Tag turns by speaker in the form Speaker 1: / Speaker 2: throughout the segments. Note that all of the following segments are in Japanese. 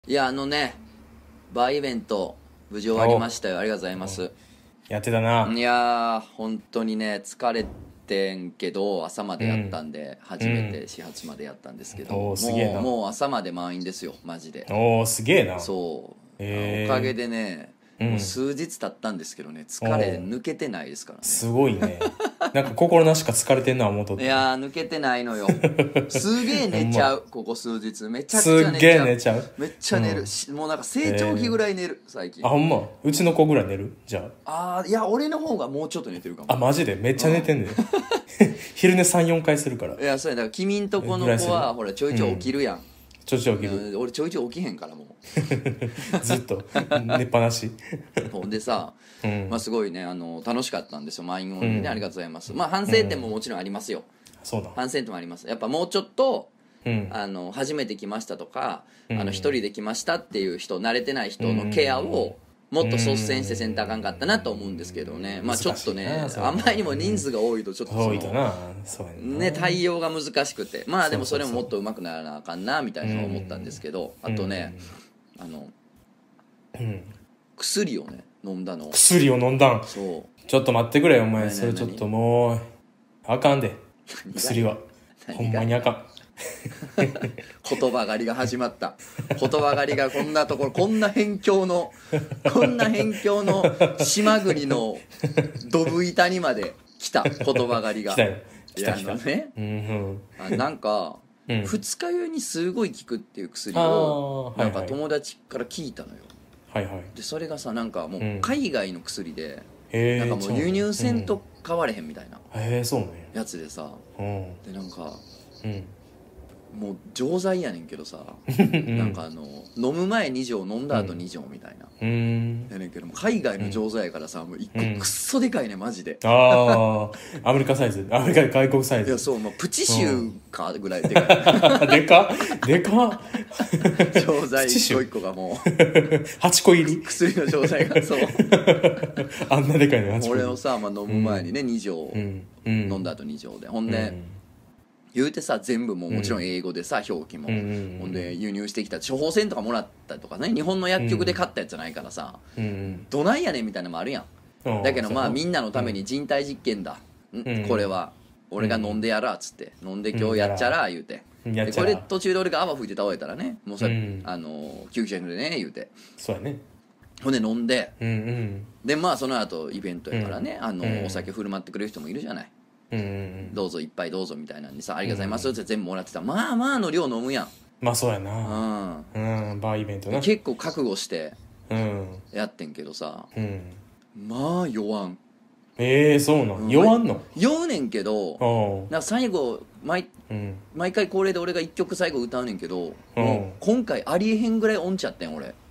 Speaker 1: いやバーイベント無事終わりましたよ。ありがとうございます。
Speaker 2: やってたな。
Speaker 1: いやー本当にね疲れてんけど朝までやったんで、初めて始発までやったんですけど、
Speaker 2: おーすげえな。
Speaker 1: もう朝まで満員ですよマジで。
Speaker 2: おーすげえな。
Speaker 1: そう、おかげでね、もう数日経ったんですけどね、疲れ抜けてないですからね。
Speaker 2: すごいね。なんか心なしか疲れてんな思うとって。
Speaker 1: いやー抜けてないのよ。すげえ寝ちゃうここ数日。めちゃくち
Speaker 2: すっげえ
Speaker 1: ゃ寝ちゃう。
Speaker 2: 寝ちゃう。
Speaker 1: めっちゃ寝る、もうなんか成長期ぐらい寝る最近。
Speaker 2: あ、ほんま。うちの子ぐらい寝るじゃ
Speaker 1: いや俺の方がもうちょっと寝てるかも。
Speaker 2: あ。マジでめっちゃ寝てんねん。昼寝3、4回するから。
Speaker 1: いやそうやだから君んとこの子はほらちょいちょい起きるやん、
Speaker 2: ちょいちょい起きる。
Speaker 1: 俺ちょいちょい起きへんからも
Speaker 2: ずっと寝っぱなし。
Speaker 1: うほんでさ、まあすごいね楽しかったんですよ満員御礼で、ありがとうございます。まあ反省点ももちろんありますよ。
Speaker 2: そうだ。
Speaker 1: 反省点もあります。やっぱもうちょっと
Speaker 2: うん
Speaker 1: 初めて来ましたとか一人で来ましたっていう人、慣れてない人のケアをもっと率先してせんとあかんかったなと思うんですけどね。まあちょっとねあんまりにも人数が多いとちょっと
Speaker 2: 多いかな。そうや
Speaker 1: ね対応が難しくて、まあでもそれももっと上手くならなあかんなみたいなのを思ったんですけど、あとね薬をね飲んだの。
Speaker 2: 薬を飲んだん。
Speaker 1: そう
Speaker 2: ちょっと待ってくれよお前。
Speaker 1: 何
Speaker 2: それちょっともうあかんで。薬はほんまにあかん。
Speaker 1: 言葉狩りが始まった。言葉狩りがこんなところ、こんな辺境の島国のドブ板にまで来た言葉狩りが。
Speaker 2: 来たよ。来た
Speaker 1: い
Speaker 2: 来た。
Speaker 1: やなんか二日酔いにすごい効くっていう薬をなんか友達から聞いたのよ。
Speaker 2: はいはい。
Speaker 1: でそれがさなんかもう海外の薬で、
Speaker 2: へ
Speaker 1: なんかもう輸入せんと買われへんみたいな
Speaker 2: へえ、そうね。
Speaker 1: やつでさ、
Speaker 2: うん
Speaker 1: でなんか
Speaker 2: うん
Speaker 1: もう錠剤やねんけどさ、なんか飲む前2錠飲んだ後2錠みたいな、やねんけども海外の錠剤やからさ、もう1個くっそでかいねマジで。
Speaker 2: ああ、アメリカサイズ、アメリカ外国サイズ。
Speaker 1: いやそう、もうプチシューかぐらいでかい
Speaker 2: でかでか
Speaker 1: 錠剤1個1個がもう
Speaker 2: 8個入り
Speaker 1: 薬の錠剤がそう
Speaker 2: あんなでかいの8個
Speaker 1: 俺をさ、まあ、飲む前にね2錠飲んだ後2錠で、ほんで言うてさ全部もちろん英語でさ表記も、ほんで輸入してきた処方箋とかもらったりとかね、日本の薬局で買ったやつじゃないからさ、どないやねんみたいなのもあるやん。だけどまあみんなのために人体実験だ、これは俺が飲んでやらっつって、飲んで今日やっちゃら言うて、でこれで途中で俺が泡吹いて倒れたらね、もうそれ、救急車に乗るね言うて、
Speaker 2: そうやね。
Speaker 1: ほんで飲んで、でまあその後イベントやからね、お酒振る舞ってくれる人もいるじゃない。どうぞ一杯どうぞみたいなんでさ、ありがとうございますって全部もらってた。まあまあの量飲むやん。
Speaker 2: まあそうやな。バーイベントな。
Speaker 1: 結構覚悟してやってんけどさ、まあ酔わん。
Speaker 2: そうなん。酔わんの？
Speaker 1: 酔うねんけど、なんか最後毎回恒例で俺が一曲最後歌うねんけど、もう今回ありえへんぐらい音痴やってん俺。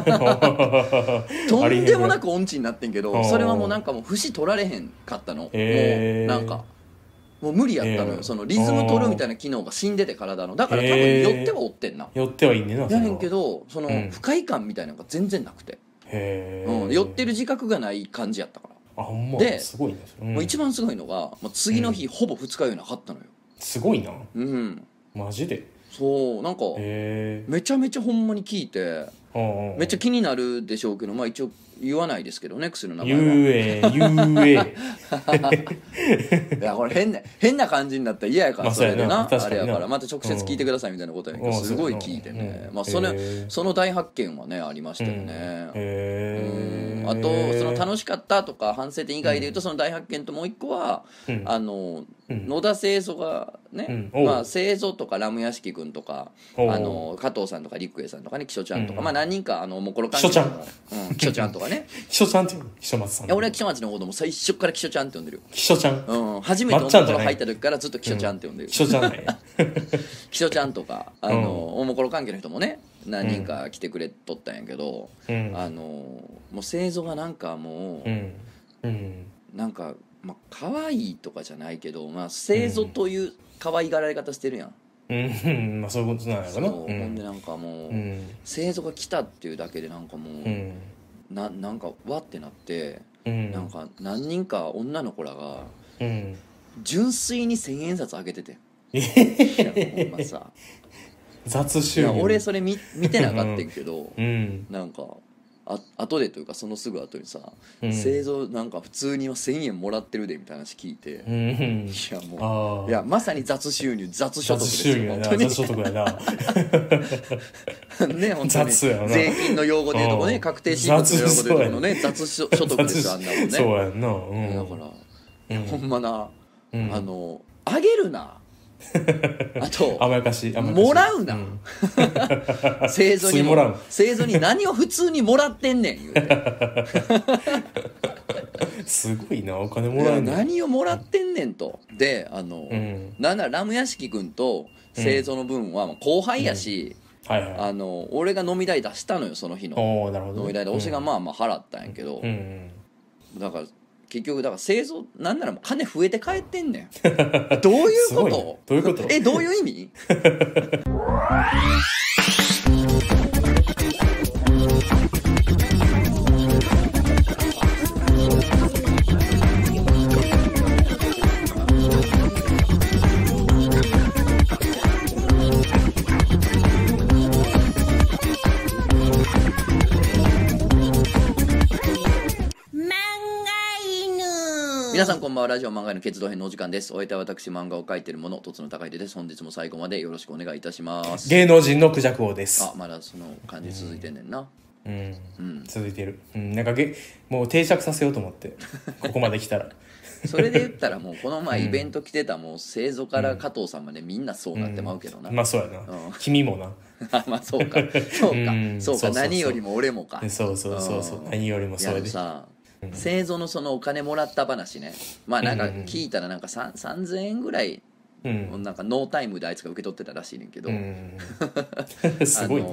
Speaker 1: とんでもなく音痴になってんけど、それはもうなんかもう節取られへんかったの。もうなんかもう無理やったのよ、そのリズム取るみたいな機能が死んでて体の。だから多分寄ってはおってんな。
Speaker 2: 寄ってはいいねんな。
Speaker 1: やねんけどその不快感みたいなのが全然なくて、寄ってる自覚がない感じやったから。
Speaker 2: あ、ほんま。
Speaker 1: です
Speaker 2: ごいね。
Speaker 1: もう一番すごいのが、次の日ほぼ二日酔いなかったのよ。
Speaker 2: すごいな。マジで。
Speaker 1: そうなんかめちゃめちゃほんまに効いて、めっちゃ気になるでしょうけど、まあ一応言わないですけどね、薬の名前は。
Speaker 2: 言え
Speaker 1: いやこれ変な感じになったら嫌やから、それでなあれやから、また直接聞いてくださいみたいなことやねんけど、すごい聞いてね、まあその大発見はねありましたよね。あとその楽しかったとか反省点以外で言うと、その大発見ともう一個は野田製造がね、まあ製造とかラム屋敷くんとか加藤さんとか陸江さんとかね、キショちゃんとか、まあ何人かもころ関係のキショちゃんとかね、
Speaker 2: キショちゃんっていうの？キショ松さん。
Speaker 1: 俺はキショ松のことも最初からキショちゃんって呼んでるよ。
Speaker 2: キショちゃん。
Speaker 1: 初めておもころ入った時からずっとキショちゃんって呼んでる。
Speaker 2: キショちゃんね。
Speaker 1: キショちゃんとかおもころ関係の人もね何人か来てくれとったんやけど、もう製造がなんかもうなんかまあ可愛いとかじゃないけど、まあ製造という可愛がられ方してるやん。
Speaker 2: まあそういうことなんやろな。
Speaker 1: ほんでなんかもう製造が来たっていうだけでなんかもうなんかわってなって、なんか何人か女の子らが純粋に1000円札あげてて、いやほんまさ
Speaker 2: 雑収入。
Speaker 1: 俺それ見てなかったんけど、
Speaker 2: うん、
Speaker 1: なんか後でというかそのすぐ後にさ、製造なんか普通には1000円もらってるでみたいな話聞いて、いやもういやまさに雑収入雑所得ですよ。
Speaker 2: 本当に雑所得やな
Speaker 1: ね、本当に税金の用語でいうとこね、確定申告の用語でいうとこのね、雑所得ですよ、あんなもんね。
Speaker 2: そうやんな、
Speaker 1: だから、ほんまな、あげるな、あと
Speaker 2: 甘やかし
Speaker 1: もらうな、製造に何を普通にもらってんねん言うて
Speaker 2: すごいな、お金もらうねん。
Speaker 1: 何をもらってんねんと。でなんならラム屋敷君と製造の分は後輩やし、俺が飲み代出したのよ、その日の飲み代で。推しがまあまあ払ったんやけど、だから結局だから製造なんならもう金増えて帰ってんねんどういうこと？
Speaker 2: どういうこと？
Speaker 1: どういう意味？皆さんこんばんは。ラジオ漫画の決動編のお時間です。お相手は私、漫画を描いている者、とつの高秀です。本日も最後までよろしくお願いいたします。
Speaker 2: 芸能人のクジャク王です。
Speaker 1: まだその感じ続いてんねんな。
Speaker 2: 続いてる。なんかもう定着させようと思ってここまで来たら
Speaker 1: それで言ったらもうこの前イベント来てたもう製造から加藤さんまでみんなそうなってまうけどな。
Speaker 2: まあそうやな、君もな
Speaker 1: まあそうか何よりも俺もか。
Speaker 2: そう何よりもそうで
Speaker 1: さ、製造のそのお金もらった話ね、まあなんか聞いたらなんか3000円ぐらい、なんかノータイムであいつが受け取ってたらしいねんけど、
Speaker 2: すごいな。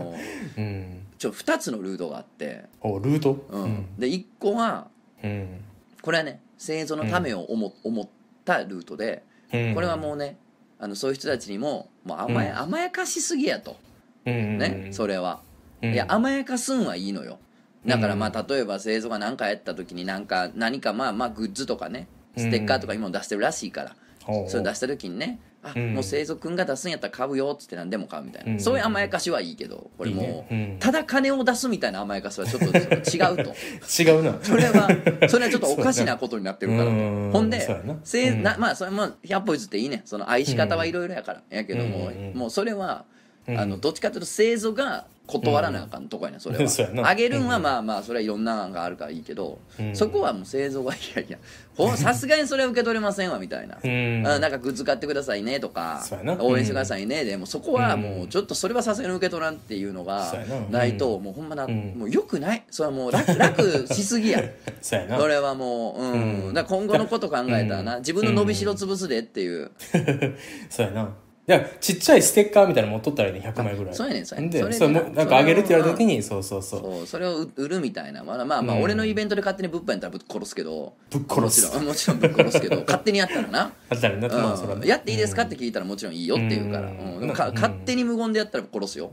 Speaker 1: 2つのルートがあって、
Speaker 2: ルート、
Speaker 1: で1個は、これはね製造のためを思ったルートで、これはもうねそういう人たちにもう甘やかしすぎやと、ね、それは、いや甘やかすんはいいのよ。だからまあ例えば製造が何かやった時に何かまあグッズとかね、ステッカーとか今も出してるらしいから、それ出した時にね、もう製造くんが出すんやったら買うよっつって何でも買うみたいな、そういう甘やかしはいいけど、これもうただ金を出すみたいな甘やかしはちょっと違うと
Speaker 2: 違うな
Speaker 1: それはちょっとおかしなことになってるからと。ほんでまあそれも100歩譲っていいね、その愛し方はいろいろやからやけども、もうそれはどっちかというと製造が断らなあかんとこやね、それは。あげるんはまあまあそれはいろんなのがあるからいいけど、そこはもう製造がいやさすがにそれは受け取れませんわみたいな、なんかグッズ買ってくださいねとか応援してくださいねでもそこはもうちょっとそれはさすがに受け取らんっていうのがないと、もうほんまもうよくない。それはもう楽しすぎやそれはもうだから今後のこと考えたらな、自分の伸びしろ潰すでっていう
Speaker 2: そうやな。いやちっちゃいステッカーみたいなの持っとったらね、100枚ぐらい。
Speaker 1: そうやねん、そうやねん。
Speaker 2: でそれもなんかあげるって言われた時にそう
Speaker 1: それを売るみたいな。まあ俺のイベントで勝手に物販やったらぶっ殺すけど、
Speaker 2: もち
Speaker 1: ろんぶっ殺すけど勝手にやったらなやっていいですかって聞いたらもちろんいいよって言うから、勝手に無言でやったら殺すよ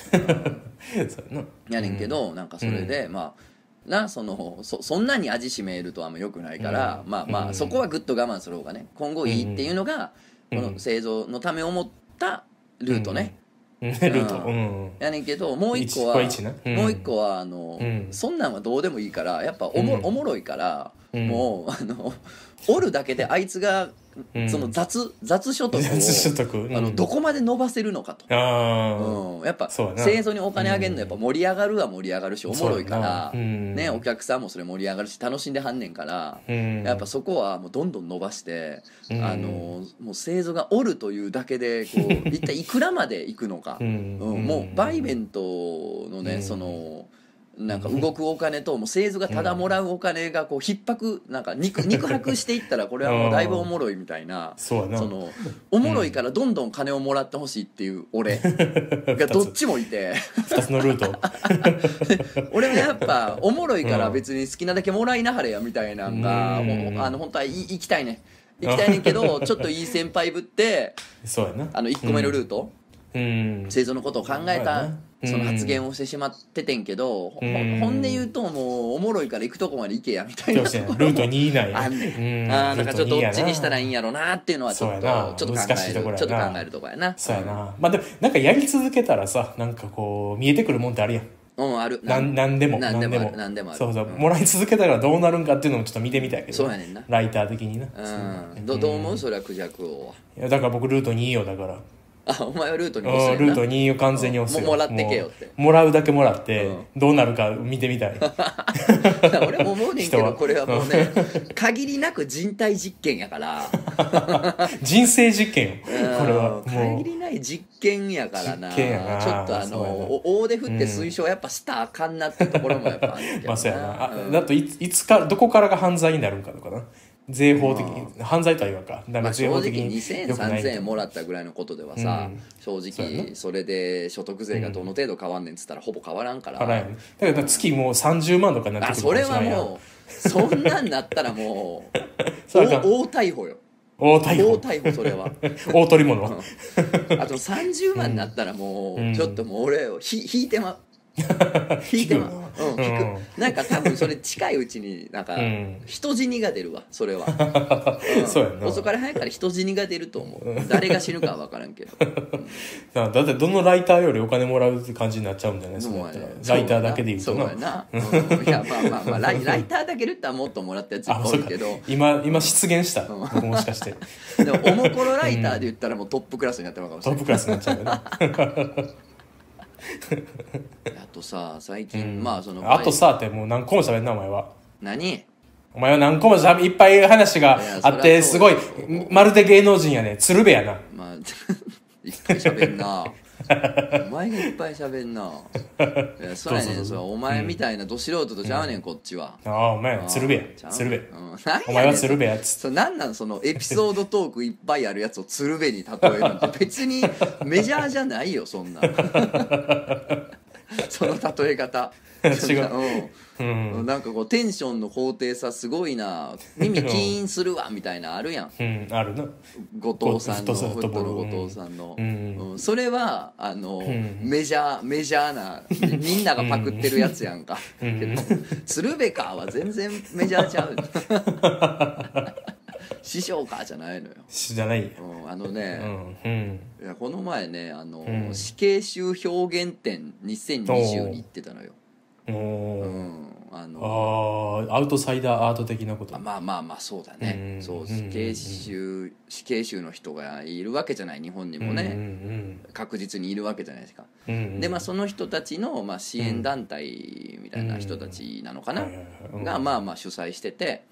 Speaker 1: やねんけど、なんかそれでまあそんなに味しめるとはあんまよくないから、まあそこはぐっと我慢する方がね今後いいっていうのが、この製造のためを思ったルートね、やねんけど、もう一個はそんなんはどうでもいいから、やっぱおもろいから、もうおるだけであいつがその雑所得をどこまで伸ばせるのかと。やっぱ製造にお金あげるのやっぱ盛り上がるは盛り上がるしおもろいからね、お客さんもそれ盛り上がるし楽しんではんねんから、やっぱそこはもうどんどん伸ばして、もう製造がおるというだけでこう一体いくらまでいくのか、もうバイベントのねそのなんか動くお金ともう製造がただもらうお金がこう逼迫なんか肉薄していったらこれはもうだいぶおもろいみたいな、そのおもろいからどんどん金をもらってほしいっていう俺がどっちもいて
Speaker 2: 2つのルート
Speaker 1: 俺はやっぱおもろいから別に好きなだけもらいなはれやみたいなんが本当は行きたいねんけどちょっといい先輩ぶって
Speaker 2: そうやな
Speaker 1: 1個目のルート、製造のことを考えたその発言をしてしまっててんけど、本音言うともうおもろいから行くとこまで行けやみたいな
Speaker 2: ルート2以内
Speaker 1: あんねん。なんかちょっとどっちにしたらいいんやろなっていうのはちょっと考えるとこやな。
Speaker 2: そうやな。まあでもなんかやり続けたらさ、なんかこう見えてくるもんってあるやん。
Speaker 1: ある。
Speaker 2: なんでもある。そうそう、もらい続けたらどうなるんかっていうのもちょっと見てみたいけど、
Speaker 1: そうやねんな、
Speaker 2: ライター的にな。
Speaker 1: どう思うそれはクジャク王は。
Speaker 2: いやだから僕ルート2よ。だから
Speaker 1: お前はルートに押すねんな。
Speaker 2: ルート2を完全に押すよ。
Speaker 1: もらってけよって。
Speaker 2: もらうだけもらって、どうなるか見てみたい。
Speaker 1: 俺も思うねんけど、これはもうね、限りなく人体実験やから。
Speaker 2: 人生実験よ。これは。
Speaker 1: 限りない実験やからな。ちょっと大手振って推奨やっぱしたらあかんなってところもやっぱあるけどな。
Speaker 2: まあそうやな。だといつか、どこからが犯罪になるんかとかな。税法的に犯罪とは言わんか。
Speaker 1: だから正直2000円3000円もらったぐらいのことではさ、正直それで所得税がどの程度変わんねんっつったらほぼ変わらんから。
Speaker 2: だけど月もう30万とかになってくるかもしれないやん。
Speaker 1: それはもうそんなんなったらもう大逮捕よ。
Speaker 2: 大
Speaker 1: 逮捕それは
Speaker 2: 大取り物。
Speaker 1: あと30万になったらもうちょっともう俺を引いてまう。引いてまう。引く。なんか多分それ近いうちになんか人死にが出るわそれは。
Speaker 2: そうやな。
Speaker 1: 遅かれ早かれ人死にが出ると思う。誰が死ぬかは分からんけど。
Speaker 2: だってどのライターよりお金もらうって感じになっちゃうんじゃないですか。ライターだけで言うとな。
Speaker 1: そうやな。いやまあライターだけで言ったらもっともらったやついっぱいおるけど。
Speaker 2: 今出現した。もしかして。
Speaker 1: でもおもころライターで言ったらもうトップクラスになってるかもしれない。
Speaker 2: トップクラスになっちゃうよね。
Speaker 1: あとさ最近まあその
Speaker 2: あとさってもう何個も喋んなお前は。
Speaker 1: 何？
Speaker 2: お前は何個もいっぱい話があってすごいまるで芸能人やね。鶴瓶やな。
Speaker 1: まあいっぱい喋んな。お前がいっぱい喋んな。いやそうやねん。そうお前みたいなど素人とちゃうねんこっちは。
Speaker 2: ああお前鶴瓶や。鶴瓶。お前は鶴瓶やつ。
Speaker 1: そうなんなんそのエピソードトークいっぱいあるやつを鶴瓶に例えるって別にメジャーじゃないよそんな。その例え方。
Speaker 2: 違う。
Speaker 1: なんかこうテンションの高低差すごいな。耳キーンするわみたいなあるやん。
Speaker 2: あるな。
Speaker 1: 後藤さんのフットの後藤さんの、それはメジャーなみんながパクってるやつやんか。けど鶴瓶かは全然メジャーちゃう。師匠かじゃないのよ。
Speaker 2: じゃない。
Speaker 1: いやこの前ね死刑囚表現展2020に行ってたのよ。
Speaker 2: アウトサイダーアート的なこと。
Speaker 1: まあそうだね。そう死刑囚の人がいるわけじゃない日本にもね、確実にいるわけじゃないですか。でその人たちの支援団体みたいな人たちなのかなが主催してて、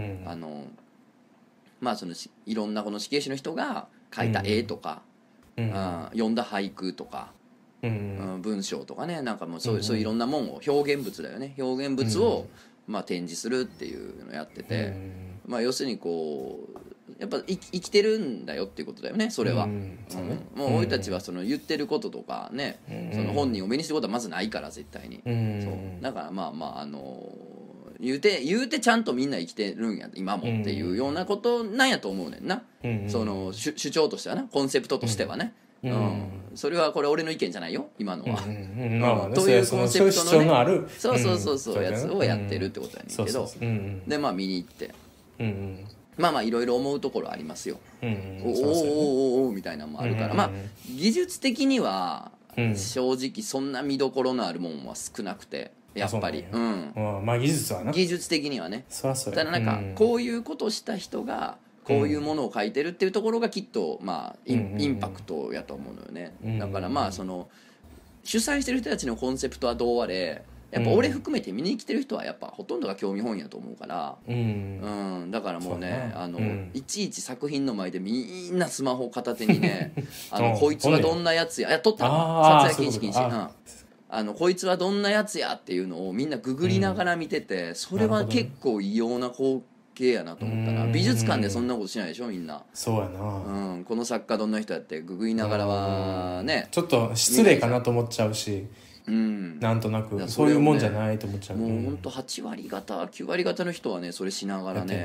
Speaker 1: そのいろんなこの死刑囚の人が描いた絵とか、読んだ俳句とか。文章とかねなんかもうそういういろんなもんを表現物だよね表現物を展示するっていうのをやってて、要するにこうやっぱ生きてるんだよっていうことだよねそれは。もう俺たちはその言ってることとかねその本人を目にすることはまずないから絶対に。そうだから言うてちゃんとみんな生きてるんや今もっていうようなことなんやと思うねんな。その主張としてはなコンセプトとしてはね。それはこれ俺の意見じゃないよ今のは。というコンセプトのねそうやつをやってるってことやねんけど、で見に行っていろいろ思うところありますよ。おみたいなのもあるから技術的には正直そんな見どころのあるもんは少なくてやっぱり
Speaker 2: 技術はな
Speaker 1: 技術的にはね。ただなんかこういうことした人がこういうものを書いてるっていうところがきっとインパクトやと思うのよね。だからその主催してる人たちのコンセプトはどうあれやっぱ俺含めて見に来てる人はやっぱほとんどが興味本位やと思うから、だからもうねいちいち作品の前でみんなスマホ片手にねこいつはどんなやつや撮ったの撮影禁止こいつはどんなやつやっていうのをみんなググりながら見てて、それは結構異様な光景やなと思ったな。美術館でそんなことしないでしょみんな。
Speaker 2: そうやな。
Speaker 1: この作家どんな人やってググりながらはね
Speaker 2: ちょっと失礼かなと思っちゃうし、なんとなくそういうもんじゃないと思っちゃう。
Speaker 1: もうほんと8割方9割方の人はねそれしながらね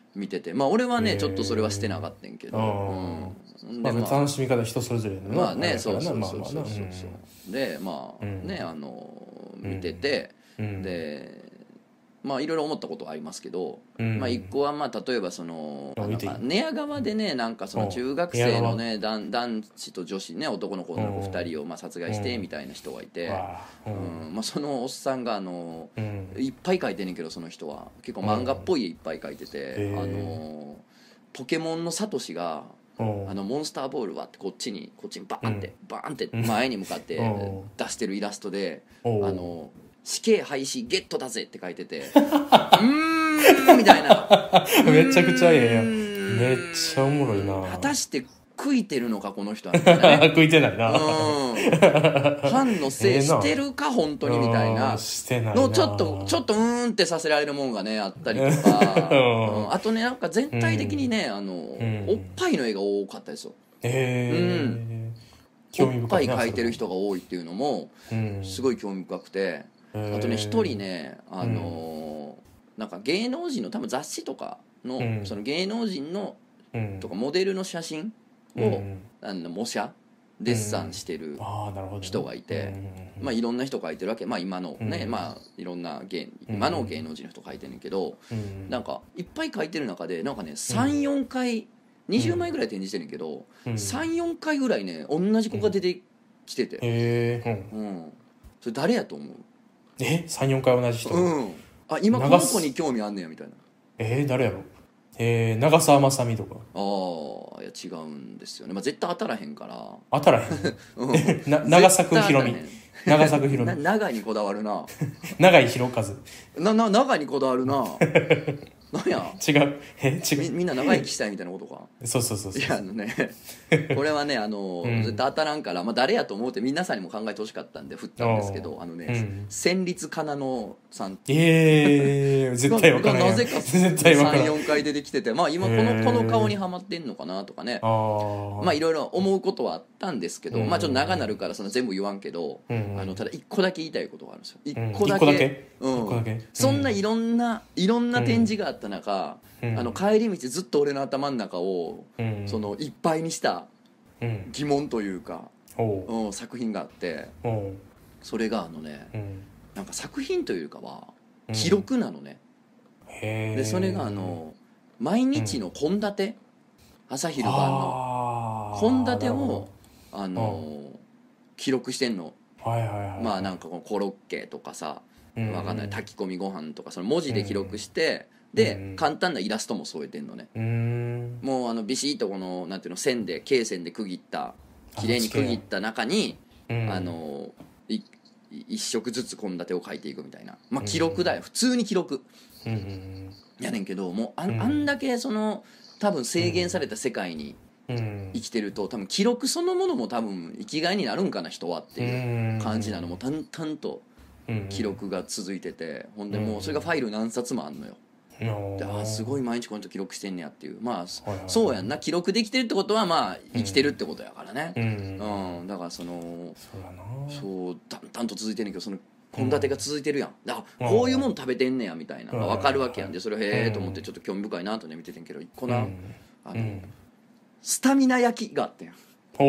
Speaker 1: 見てて、まあ俺はねちょっとそれはしてなかったんけど、
Speaker 2: でまあ楽しみ方人それぞれの
Speaker 1: まあねそうそうそうそうでまあね見てて、でまあいろいろ思ったことはありますけど、まあ一個はまあ例えばその寝屋川でねなんかその中学生のね男子と女子ね男の子の子2人をまあ殺害してみたいな人がいて、まあそのおっさんがいっぱい書いてんねんけど、その人は結構漫画っぽいいっぱい書いてて、ポケモンのサトシがモンスターボールはってこっちにバーンって前に向かって出してるイラストで死刑廃止ゲットだぜって書いててみたいな
Speaker 2: めちゃくちゃええやん。めっちゃおもろいな。
Speaker 1: 果たして食いてるのかこの人はみたいなね
Speaker 2: 食いてないな
Speaker 1: 藩のせいしてるか本当にみたいなのちょっとってさせられるもんがねあったりとかあとねなんか全体的にねおっぱいの絵が多かったですよ。おっぱい描いてる人が多いっていうのもすごい興味深くて、あとね一人ねなんか芸能人の多分雑誌とかのその芸能人のとかモデルの写真を模写デッサンしてる人がいて、まあいろんな人描いてるわけ、まあ今のねまあいろんな今の芸能人の人描いてるんだけど、なんかいっぱい描いてる中でなんかね 3,4 回20枚ぐらい展示してるんだけど 3,4 回ぐらいね同じ子が出てきてて、それ誰やと思う
Speaker 2: ？3,4 回同じ人。
Speaker 1: あ今この子に興味あんねやみたいな。
Speaker 2: 誰やろ？長澤まさみとか。
Speaker 1: いや違うんですよね、まあ、絶対当たらへんから
Speaker 2: 当たらへん長作ひろみ
Speaker 1: 長いにこだわるな
Speaker 2: 長井宏和
Speaker 1: 長いにこだわるななんや
Speaker 2: 違う
Speaker 1: みんな長生きしたいみたいなことか
Speaker 2: そう
Speaker 1: いやこれはね絶対当たらんから、まあ、誰やと思うって皆さんにも考えてほしかったんで振ったんですけど戦慄かなのさん
Speaker 2: 絶対分からない
Speaker 1: なぜか 3,4 回出てきてて、まあ今この顔にはまってんのかなとかね、まあいろいろ思うことはあったんですけど、まあちょっと長なるからその全部言わんけど、ただ一個だけ言いたいことがあるんですよ。一個だけそんないろんな展示があった中、帰り道ずっと俺の頭の中をそのいっぱいにした疑問というか作品があって、それがなんか作品というかは記録なのね。でそれが毎日の献立、朝昼晩の献立を記録してんの。まあなんかコロッケとかさ、わかんない炊き込みご飯とかその文字で記録して、で簡単なイラストも添えてんのね。もうビシッとこのなんていうの罫線で区切った綺麗に区切った中に一色ずつ献立を書いていくみたいな、まあ記録だよ、普通に記録やねんけど、もうあんだけその多分制限された世界に生きてると多分記録そのものも多分生きがいになるんかな人はっていう感じなの。もう淡々と記録が続いてて、ほんでもうそれがファイル何冊もあんのよ。ですごい毎日この人記録してんねやっていう、まあそうやんな、記録できてるってことはまあ生きてるってことやからね。だからそう淡々と続いてんねんけど、その献立が続いてるやん、だこういうもん食べてんねやみたいなのが分かるわけやん。でそれへえと思ってちょっと興味深いなとね見ててんけど、一個なスタミナ焼きがあってん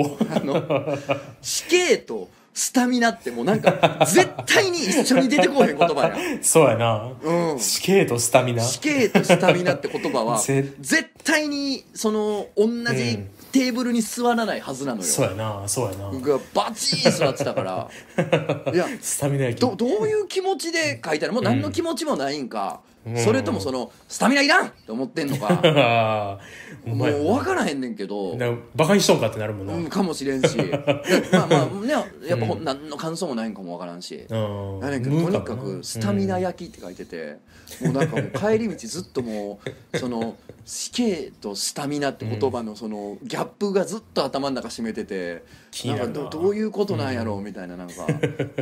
Speaker 1: 死刑とスタミナってもうなんか絶対に一緒に出てこへん言葉やん
Speaker 2: そうやな、死刑とスタミナ
Speaker 1: って言葉は絶対にその同じテーブルに座らないはずなのよ。
Speaker 2: そうやな
Speaker 1: がバチーン座ってたからいや
Speaker 2: スタミナ焼き
Speaker 1: どういう気持ちで書いたらもう何の気持ちもないんか、それともそのスタミナいらんって思ってんのかもう分からへんねんけど、
Speaker 2: バカにしとんかってなるもんな、
Speaker 1: かもしれんしまあねやっぱ何の感想もないんかも分からんし、やねんけどとにかくスタミナ焼きって書いてて、もうなんかもう帰り道ずっともうその死刑とスタミナって言葉のそのギャップがずっと頭の中占めてて、なんかどういうことなんやろうみたいな、なんか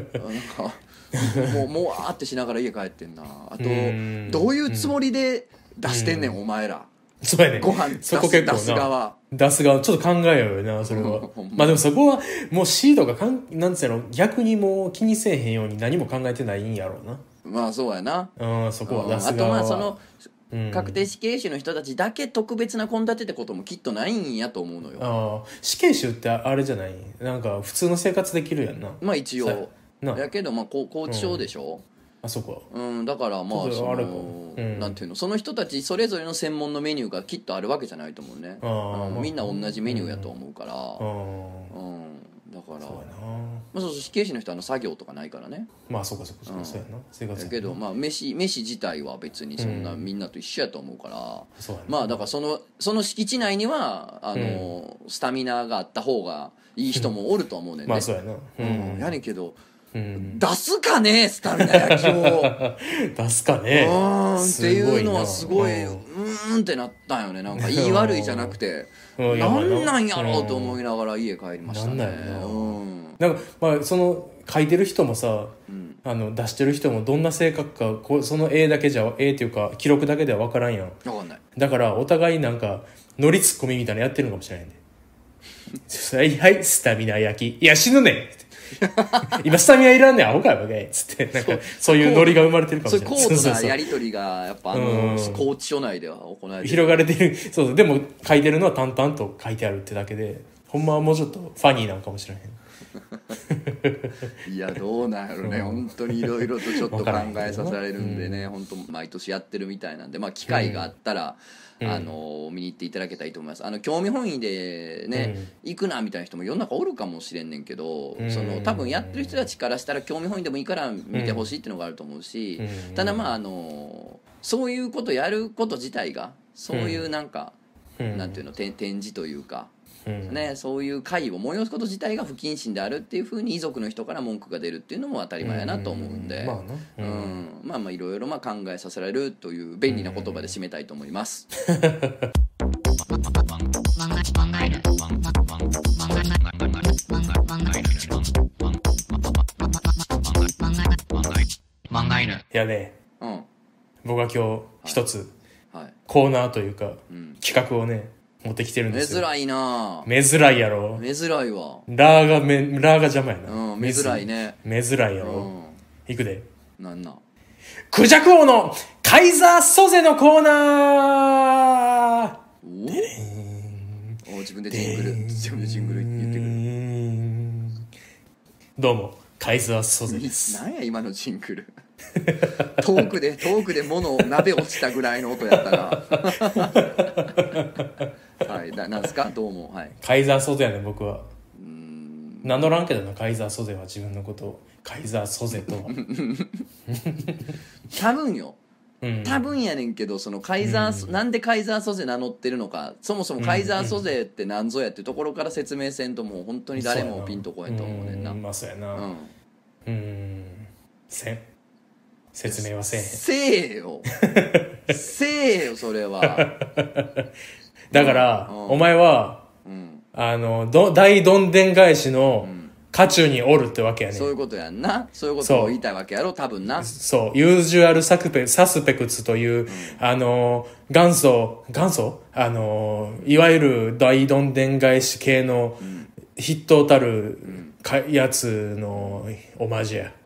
Speaker 1: もうわーってしながら家帰ってんな。あとどういうつもりで出してんねんお前ら。
Speaker 2: そうやね、
Speaker 1: ご飯出す側
Speaker 2: ちょっと考えようよなそれはまあでもそこはもう C とかなんつうの逆にもう気にせえへんように何も考えてないんやろうな。
Speaker 1: まあそうやな、
Speaker 2: そこは出す
Speaker 1: 側はあとまあその確定死刑囚の人たちだけ特別な献立ってこともきっとないんやと思うのよ。
Speaker 2: 死刑囚ってあれじゃない、なんか普通の生活できるやんな。
Speaker 1: まあ一応やけど拘置所でしょ、
Speaker 2: そこ
Speaker 1: は、だからまあなんていうの、その人たちそれぞれの専門のメニューがきっとあるわけじゃないと思うね。みんな同じメニューやと思うから、だからそう死刑囚の人は作業とかないからね。
Speaker 2: そうかそうやな、生活
Speaker 1: だけど飯自体は別にそんなみんなと一緒やと思うから、だからその敷地内にはスタミナがあった方がいい人もおると思うねんね。
Speaker 2: そうやな。
Speaker 1: やねんけど出すかねスタミナ焼きを
Speaker 2: 出すかね
Speaker 1: っていうのはすごいってなったんよね。なんか言い悪いじゃなくてなんなんやろうと思いながら家帰りましたね。
Speaker 2: なんかその書いてる人もさ、出してる人もどんな性格かその絵だけじゃ絵っていうか記録だけでは分からんやん。
Speaker 1: 分かんない。
Speaker 2: だからお互いなんかノリツッコミみたいなのやってるのかもしれないんではいスタミナ焼きいや死ぬねん今スタミナいらんねんアホかよバカいつってなんかそういうノリが生まれてるかもしれない。
Speaker 1: そういう高度なやり取りがやっぱ拘置所内では行われてる、
Speaker 2: 広がれてる。そうでも書いてるのは淡々と書いてあるってだけで、ほんまはもうちょっとファニーなんかもしれへん
Speaker 1: いやどうなんやろね、本当にいろいろとちょっと考えさせられるんでね、本当毎年やってるみたいなんで、機会があったら、見に行っていただけたらいいと思います。興味本位でね、行くなみたいな人も世の中おるかもしれんねんけど、多分やってる人たちからしたら興味本位でもいいから見てほしいっていうのがあると思うし、ただそういうことやること自体がそういうなんか、なんていうの展示というか、そういう会を催すこと自体が不謹慎であるっていうふうに遺族の人から文句が出るっていうのも当たり前やなと思うんで、いろいろ考えさせられるという便利な言葉で締めたいと思います。
Speaker 2: いやね、僕は今日一つコーナーというか企画をね持ってきてるんですよ。
Speaker 1: 珍いな。
Speaker 2: 珍いやろ。
Speaker 1: 珍いわ。
Speaker 2: ラーが邪魔やな。
Speaker 1: 珍いね。
Speaker 2: 珍いやろ。いくで。
Speaker 1: なんな。
Speaker 2: クジャク王のカイザーソゼのコーナー。
Speaker 1: 自分でジングル言ってくる。
Speaker 2: どうもカイザーソゼです。
Speaker 1: なんや今のジングル。遠くで鍋落ちたぐらいの音やったな。はい、なんですかどうも、はい、
Speaker 2: カイザーソゼやね僕は。名乗らんけどな、カイザーソゼは自分のことをカイザーソゼとは
Speaker 1: 多分やねんけど、そのカイザー、なんでカイザーソゼ名乗ってるのか、そもそもカイザーソゼって何ぞやってところから説明せんともう本当に誰もピンとこへんと思うねんな。
Speaker 2: そうやな。説明はせ
Speaker 1: えよそれは。
Speaker 2: だから、お前は、大どんでん返しの渦中におるってわけやね。
Speaker 1: そういうことやんな。そういうことを言いたいわけやろ多分な。
Speaker 2: そう、ユージュアルサスペクツという、元祖いわゆる大どんでん返し系の筆頭たるやつのオマージュや。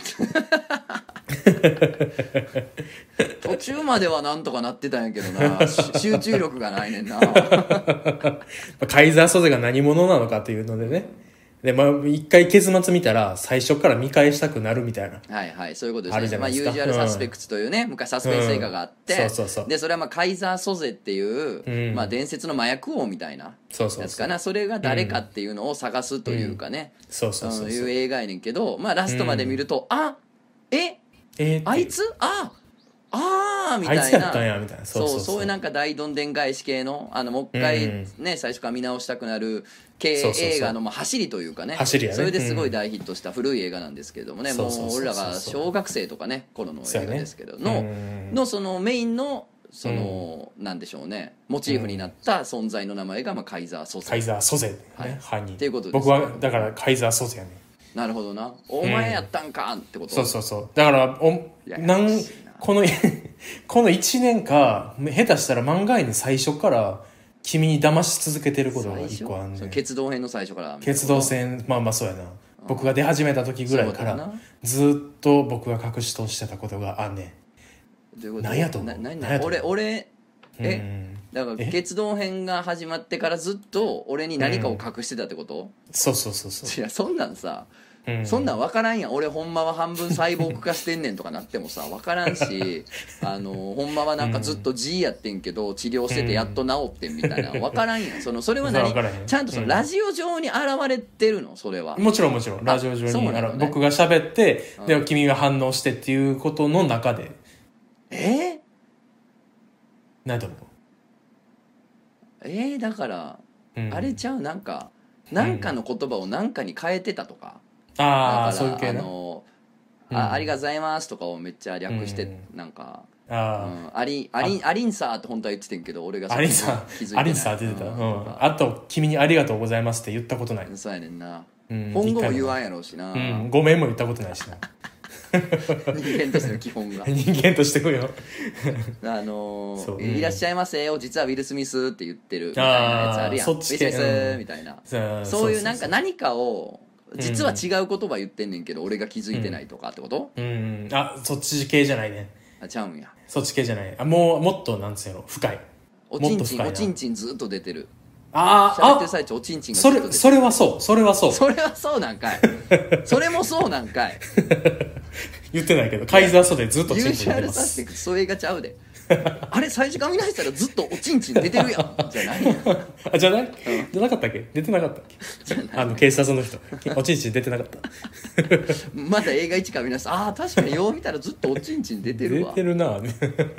Speaker 1: 途中まではなんとかなってたんやけどな。集中力がないねんな。
Speaker 2: カイザーソゼが何者なのかというのでね。で一回結末見たら最初から見返したくなるみたいな。
Speaker 1: はいはい、そういうことですね。ユージュアルサスペクツというね、昔サスペンス映画があって、でそれはカイザーソゼっていう、伝説の麻薬王みたいなやつかな。それが誰かっていうのを探すというかね、そういう映画やねんけど、ラストまで見ると、あいつみたいな。
Speaker 2: あいつやったんやみたいな。
Speaker 1: そういうなんか大どんでん返し系のもう一回ね、最初から見直したくなる系映画の走りというかね、それですごい大ヒットした古い映画なんですけれどもね、もう俺らが小学生とかね頃の映画ですけどのそのメインのそのなんでしょうね、モチーフになった存在の名前がカイザーソゼ。
Speaker 2: カイザーソゼ犯人
Speaker 1: っていうことです。
Speaker 2: 僕はだからカイザーソゼやね。
Speaker 1: なるほどな。お前やったんかってこと。
Speaker 2: そうだからこの1年か下手したら漫画に最初から君に騙し続けてることが一個あんねん。
Speaker 1: 決動編の最初から。
Speaker 2: 決動戦そうやな。僕が出始めた時ぐらいからずっと僕が隠し通してたことがあんねん。
Speaker 1: どういうこと？
Speaker 2: 何やと思う？
Speaker 1: 俺だから決闘編が始まってからずっと俺に何かを隠してたってこと？
Speaker 2: そうそうそうそう。
Speaker 1: いやそんなんさ、そんなん分からんやん。俺ほんまは半分サイボーグ化してんねんとかなってもさ分からんしほんまはなんかずっと G やってんけど治療しててやっと治ってんみたいな分からんやん。それは何ちゃんとそのラジオ上に現れてるの？それは
Speaker 2: もちろんラジオ上に、ね、僕が喋って、で君が反応してっていうことの中で何だろう。
Speaker 1: だから、あれちゃう、なんかの言葉を何かに変えてたとか、
Speaker 2: ああそういう系な、
Speaker 1: ありがとうございますとかをめっちゃ略して、なんかアリンサーって本当は言ってたんけど、俺が
Speaker 2: アリンサーアリンサーって言ってた、あと君にありがとうございますって言ったことない。
Speaker 1: そうやねんな、今後も言わんやろうしな、
Speaker 2: ごめんも言ったことないしな
Speaker 1: 人間としての基本が
Speaker 2: 人間としてこよ
Speaker 1: いらっしゃいませよ実はウィル・スミスって言ってるみたいなやつあるやん。ウィル・スミスみたいな、そういうなんか何かを実は違う言葉言ってんねんけど俺が気づいてないとかってこと？
Speaker 2: そっち系じゃないね。
Speaker 1: ちゃうんや。
Speaker 2: そっち系じゃない。もっとなんつうの深い。
Speaker 1: おちんちんずっと出てる。
Speaker 2: 喋
Speaker 1: ってる最中おちんちんがずっと出てる。
Speaker 2: それはそう
Speaker 1: なんかいそれもそうなんかい
Speaker 2: 言ってないけどカイザーソでずっと
Speaker 1: チンチン出てます。ユージュアルサスペクトそういう映画ちゃうであれ最初から見ないしたらずっとおちんちん出てるやんじゃないやん
Speaker 2: じゃなかったっけ？出てなかったっけ？警察の人おちんちん出てなかった
Speaker 1: まだ映画1から見直した確かによう見たらずっとおちんちん出てるわ。
Speaker 2: 出てるな違う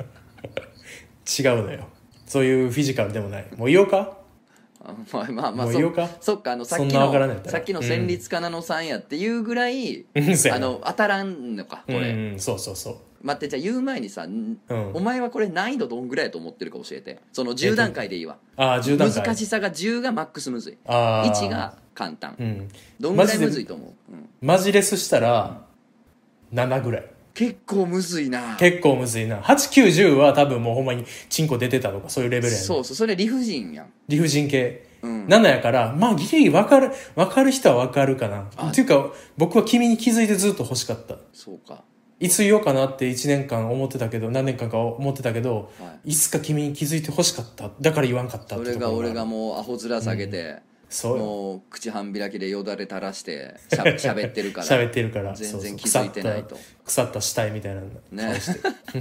Speaker 2: のよ。そういうフィジカルでもない。もう言おうか？
Speaker 1: まあそっかさっきの旋律家なのさんやっていうぐらい当たらんのかこれ。
Speaker 2: そう
Speaker 1: 待って、じゃあ言う前にさ、お前はこれ難易度どんぐらいやと思ってるか教えて。その10段階でいいわ。
Speaker 2: 10段階
Speaker 1: 難しさが10がマックスむずい、1が簡単、どんぐらいむずいと思う？
Speaker 2: マジレスしたら7ぐらい。
Speaker 1: 結構むずいな。
Speaker 2: 8、9、10は多分もうほんまにチンコ出てたとかそういうレベルやね。
Speaker 1: そうそれ理不尽やん。
Speaker 2: 理不尽系、7やからギリギリ分かる人は分かるかなっていうか、僕は君に気づいてずっと欲しかった。
Speaker 1: そうか。
Speaker 2: いつ言おうかなって1年間思ってたけど、何年間か思ってたけど、いつか君に気づいて欲しかった。だから言わんかったってところが。
Speaker 1: 俺がもうアホ面下げて、もう口半開きでよだれ垂らして喋ってるから全然気づいてないと。
Speaker 2: 腐った死体みたいな顔して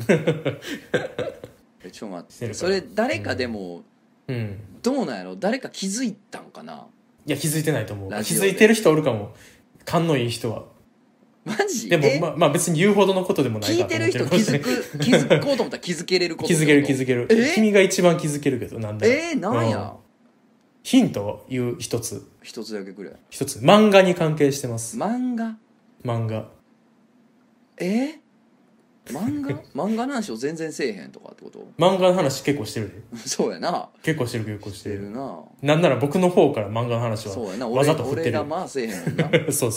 Speaker 1: ちょっと待って、それ誰かでも、どうなんやろ？誰か気づいたんかな？
Speaker 2: いや気づいてないと思う。気づいてる人おるかも。勘のいい人は。
Speaker 1: マジ
Speaker 2: でも別に言うほどのことでもない
Speaker 1: から。聞いてる人気づこうと思ったら気づけれること。
Speaker 2: 気づける。君が一番気づけるけど、なんだ
Speaker 1: なんや。
Speaker 2: ヒントを言う一つ
Speaker 1: だけくらい。
Speaker 2: 漫画に関係してます。
Speaker 1: 漫画漫画の話を全然せえへんとかってこと？漫
Speaker 2: 画の話結構してるで
Speaker 1: そうやな。
Speaker 2: 結構してるな。なんなら僕の方から漫画の話はわざと振ってる。
Speaker 1: 俺がせえへんもんな
Speaker 2: そう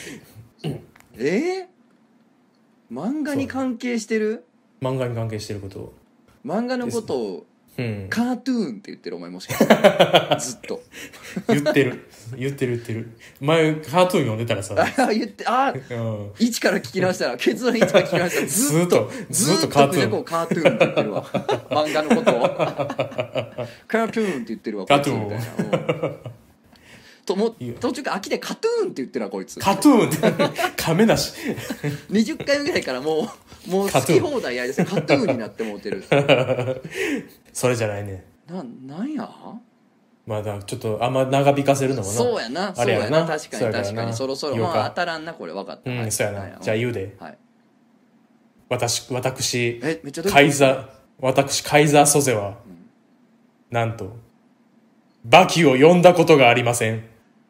Speaker 1: 漫画に関係してる？
Speaker 2: 漫画に関係してることを、
Speaker 1: 漫画のことをカートゥーンって言ってる？お前もしかしてずっと
Speaker 2: 言ってる前カートゥーン読んでたらさ
Speaker 1: 言って一から聞き直したら結論一から聞き直したらずっとカートゥーンって言ってるわ漫画のことをカートゥーンって言ってるわ
Speaker 2: カートゥーン
Speaker 1: 途中から飽きてカトゥーンって言ってるわこいつ。
Speaker 2: カトゥーンってカメなし
Speaker 1: 20回ぐらいからもう好き放題やりですカトゥーンになってもうてる
Speaker 2: それじゃないね。
Speaker 1: なんや
Speaker 2: まだちょっとあんま長引かせるのもな。
Speaker 1: そうやな確かにそろそろ当たらんなこれ分かった。
Speaker 2: そうやな。じゃあ言うで、私カイザーソゼは、なんとバキを呼んだことがありません。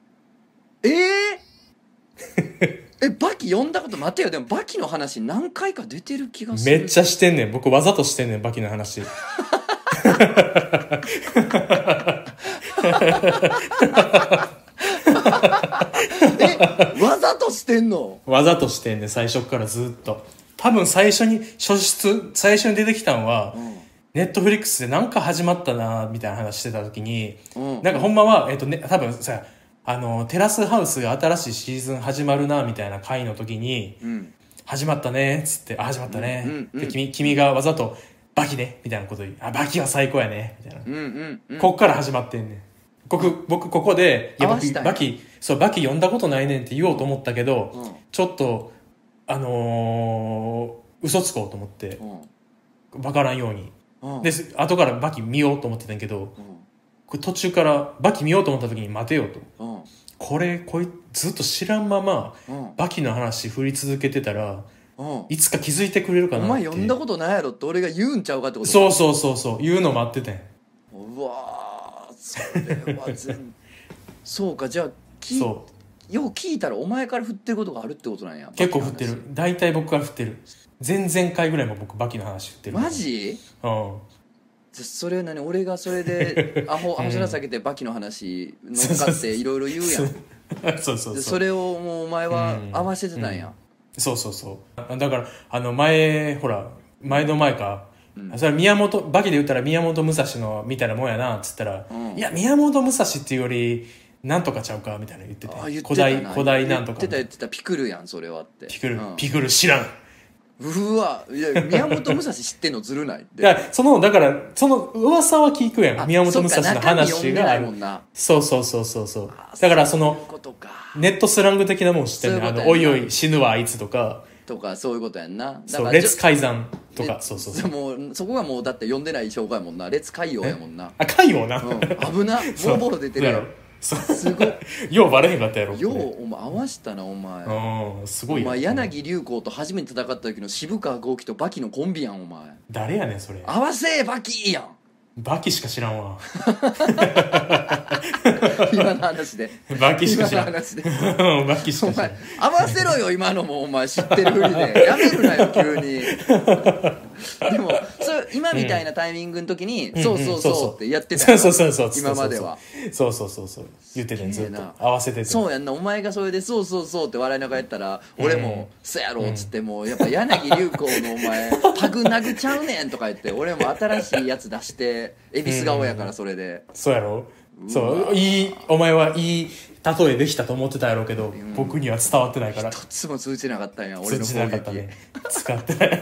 Speaker 1: バキ呼んだこと？待てよ、でもバキの話何回か出てる気がする。
Speaker 2: めっちゃしてんねん。僕わざとしてんねんバキの話
Speaker 1: わざとしてんの？
Speaker 2: わざとしてんねん最初からずっと。多分最初に出てきたんは、ネットフリックスでなんか始まったなみたいな話してた時に、なんかほんまは多分さテラスハウスが新しいシーズン始まるなみたいな回の時に、 始まったねっつって始まったね、で君がわざとバキねみたいなこと言う、バキは最高やねみたいな、こっから始まってんねん。僕ここでいや僕バキ読んだことないねんって言おうと思ったけど、ちょっと嘘つこうと思って、分からんように、で後からバキ見ようと思ってたんやけど、これ途中からバキ見ようと思った時に待てよと、こいずっと知らんまま、バキの話振り続けてたら、いつか気づいてくれるかなって。
Speaker 1: お前読んだことないやろって俺が言うんちゃうかってこと。
Speaker 2: そう言うの待っててん。
Speaker 1: うわーそれはそうか、じゃあよう聞いたらお前から振ってることがあるってことなんや。
Speaker 2: 結構振ってる。大体僕から振ってる。前々回ぐらいも僕バキの話振ってる。
Speaker 1: マジ？それ何、俺がそれでアホ面避けてバキの話乗っかっていろいろ言うやん。それをもうお前は合わせてたんや。そうだから前の前か、それはバキで言ったら宮本武蔵のみたいなもんやなっつったら、いや宮本武蔵っていうよりなんとかちゃうかみたいな言ってて、古代なんとか言ってたピクルやんそれはって。
Speaker 2: ピクル知らん。
Speaker 1: うわ、いや宮本武蔵知ってんのずるない。
Speaker 2: だからその噂は聞くやん、宮本武蔵の話がある。そうだからそのネットスラング的なもん知ってんねん。おいおい死ぬわあいつとか
Speaker 1: そういうことやんな。
Speaker 2: そう列改ざんとか
Speaker 1: もうそこがもうだって読んでない証拠やもんな。列海洋やもんな。
Speaker 2: 海洋な、
Speaker 1: 危なボロボロ出てるやろ。すごい
Speaker 2: ようバレへんかったやろ。
Speaker 1: お前合わしたなお前。
Speaker 2: すごい。
Speaker 1: お前柳流行と初めて戦った時の渋川豪樹とバキのコンビやんお前。
Speaker 2: 誰やねんそれ。
Speaker 1: 合わせバキやん。
Speaker 2: バキしか知らんわ。
Speaker 1: 今の話で
Speaker 2: バキしか知らん。
Speaker 1: バキしか知
Speaker 2: らん。
Speaker 1: お前合わせろよ今のも。お前知ってるふりでやめるなよ急に。でも今みたいなタイミングの時にそうってやってたよ。
Speaker 2: そう
Speaker 1: 今までは
Speaker 2: そう言ってたんずっと合わせてて。
Speaker 1: そうやんな。お前がそれでそうって笑いながらやったら俺もそうやろっつってもやっぱ柳流行のお前タグナグちゃうねんとか言って俺も新しいやつ出して恵比寿顔やからそれで。
Speaker 2: そうやろ。お前はいい例えできたと思ってたやろうけど、僕には伝わってないから。
Speaker 1: 一つも通じなかったんや俺の攻撃。
Speaker 2: 使ってない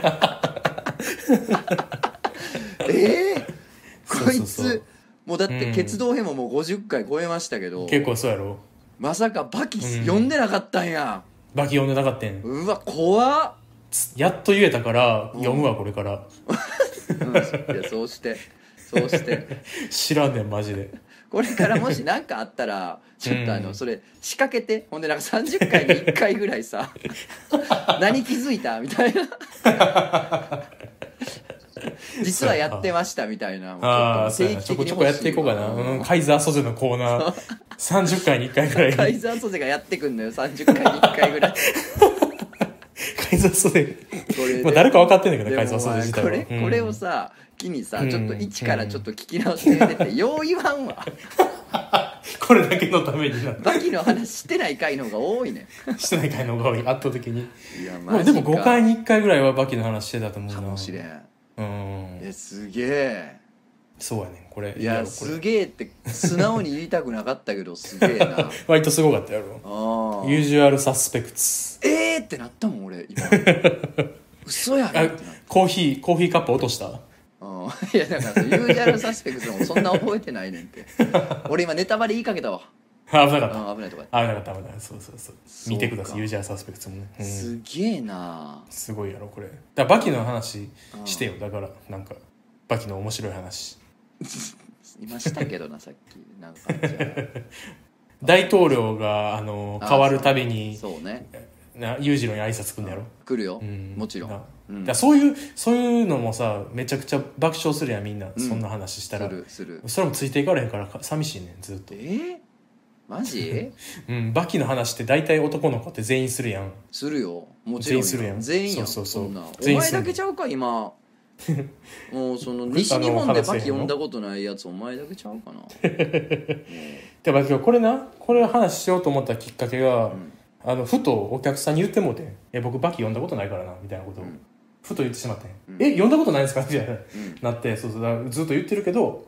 Speaker 1: こいつもうだって決闘編ももう50回超えましたけど、
Speaker 2: 結構そうやろ。
Speaker 1: まさかバキ読んでなかったんや。
Speaker 2: バキ読んでなかったん。
Speaker 1: うわ怖っ。
Speaker 2: やっと言えたから読むわこれから。
Speaker 1: いやそうして
Speaker 2: 知らんねんマジで。
Speaker 1: これからもし何かあったらちょっとそれ仕掛けて、ほんでなんか30回に1回ぐらいさ何気づいたみたいな実はやってましたみたいな、
Speaker 2: ちょこちょこやっていこうかな。カイザーソゼのコーナー30回に1回ぐらい。
Speaker 1: カイザーソゼがやってくんのよ30回に1回ぐらい。
Speaker 2: カイザーソゼ誰か分かってんねんけど、カイザーソゼ自体は。
Speaker 1: これをさ機にさ、ちょっと一からちょっと聞き直してみてて、よう言わんわ。
Speaker 2: これだけのためにな。
Speaker 1: バキの話してない回の方が多いね。
Speaker 2: してない回の方が多い、圧倒的に。
Speaker 1: いやマジか。
Speaker 2: でも5回に1回ぐらいはバキの話してたと思うな。
Speaker 1: かもしれん。すげえ。
Speaker 2: そうやねんこれ。
Speaker 1: いやすげえって素直に言いたくなかったけどすげえな。
Speaker 2: 割とすごかったやろ。ユージュアルサスペクツ。
Speaker 1: ってなったもん俺今。嘘やろってなった。
Speaker 2: コーヒーカップ落とした。
Speaker 1: いやだからユージュアルサスペクツもそんな覚えてないねんって俺今ネタバレ言いかけたわ。
Speaker 2: 危なかった。
Speaker 1: 危ないとか。
Speaker 2: 危なかった。そう見てくださいユージュアルサスペクツもね。
Speaker 1: すげえな。
Speaker 2: すごいやろこれ。だからバキの話してよ。だからなんかバキの面白い話
Speaker 1: 今したけどなさっきなんかじゃあ
Speaker 2: 大統領が変わるたびに
Speaker 1: そうね
Speaker 2: 裕次郎に挨拶来るんやろ。
Speaker 1: 来るよ、もちろん。だ
Speaker 2: そういうのもさめちゃくちゃ爆笑するやんみんな、そんな話したら。
Speaker 1: する
Speaker 2: それもついていかれへんから寂しいねんずっと。
Speaker 1: マジ？
Speaker 2: バキの話って大体男の子って全員するやん。
Speaker 1: するよもちろん。
Speaker 2: するやん。
Speaker 1: 全員やん。
Speaker 2: そう
Speaker 1: お前だけちゃうか今。もうその西日本でバキ読んだことないやつお前だけちゃうかな。
Speaker 2: でも今日これ話しようと思ったきっかけが、ふとお客さんに言ってもうてん。僕バキ読んだことないからなみたいなことを、ふと言ってしまってん。読んだことないんですかみたいな、なって。そうずっと言ってるけど、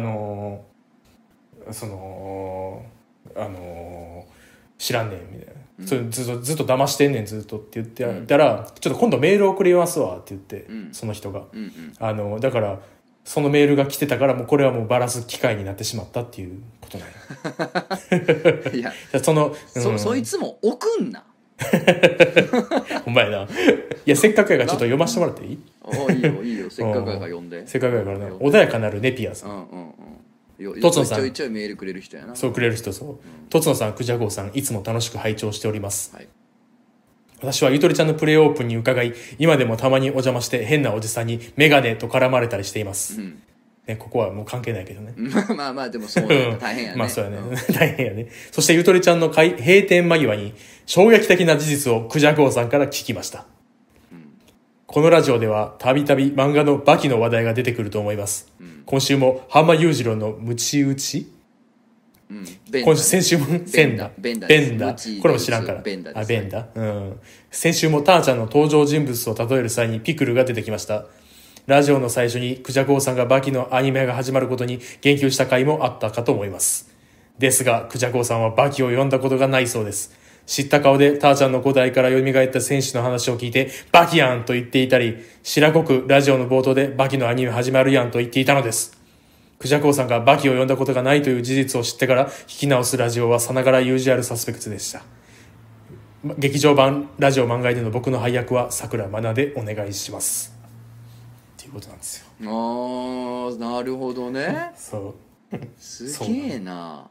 Speaker 2: 知らんねんみたいな。 それずっと騙してんねんずっとって言ってたら、ちょっと今度メール送りますわって言って、その人が、だからそのメールが来てたから、もうこれはもうバラす機会になってしまったっていうことなんや。
Speaker 1: いやそいつも送んな。
Speaker 2: ほんまやな。いやせっかくやからちょっと読ませてもらっていい？
Speaker 1: いいよいいよ、せっかくやから読んで。
Speaker 2: せっかくやからな。穏やかなるネピアさん。とつのさん、
Speaker 1: ちょいちょいメールくれる人やな。
Speaker 2: そうくれる人、そうとつのさん、くじゃごうさん、いつも楽しく拝聴しております、はい、私はゆとりちゃんのプレイオープンに伺い、今でもたまにお邪魔して変なおじさんにメガネと絡まれたりしています、ね、ここはもう関係ないけどね。
Speaker 1: まあまあでもそうね、大変やね。
Speaker 2: まあそうやね、大変やね。そしてゆとりちゃんの閉店間際に衝撃的な事実をくじゃごうさんから聞きました、このラジオではたびたび漫画のバキの話題が出てくると思います、今週も浜裕次郎のムチ打ち、先週もベンダこれも知らんからベンダ、先週もターちゃんの登場人物を例える際にピクルが出てきました。ラジオの最初にクジャコウさんがバキのアニメが始まることに言及した回もあったかと思います。ですがクジャコウさんはバキを読んだことがないそうです。知った顔でターちゃんの古代から蘇った戦士の話を聞いてバキやんと言っていたり、白濃くラジオの冒頭でバキのアニメ始まるやんと言っていたのです。クジャコウさんがバキを読んだことがないという事実を知ってから聞き直すラジオはさながらユージュアルサスペクツでした。劇場版ラジオ漫画での僕の配役は桜まなでお願いしますっていうことなんですよ。
Speaker 1: なるほどね。
Speaker 2: そう
Speaker 1: すげえな。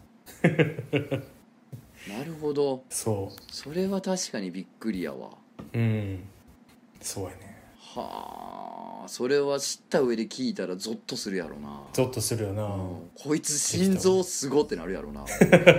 Speaker 1: なるほど。それは確かにびっくりやわ。
Speaker 2: そうやね。
Speaker 1: はあ、それは知った上で聞いたらゾッとするやろな。
Speaker 2: ゾッとするよな、
Speaker 1: こいつ心臓すごってなるやろな。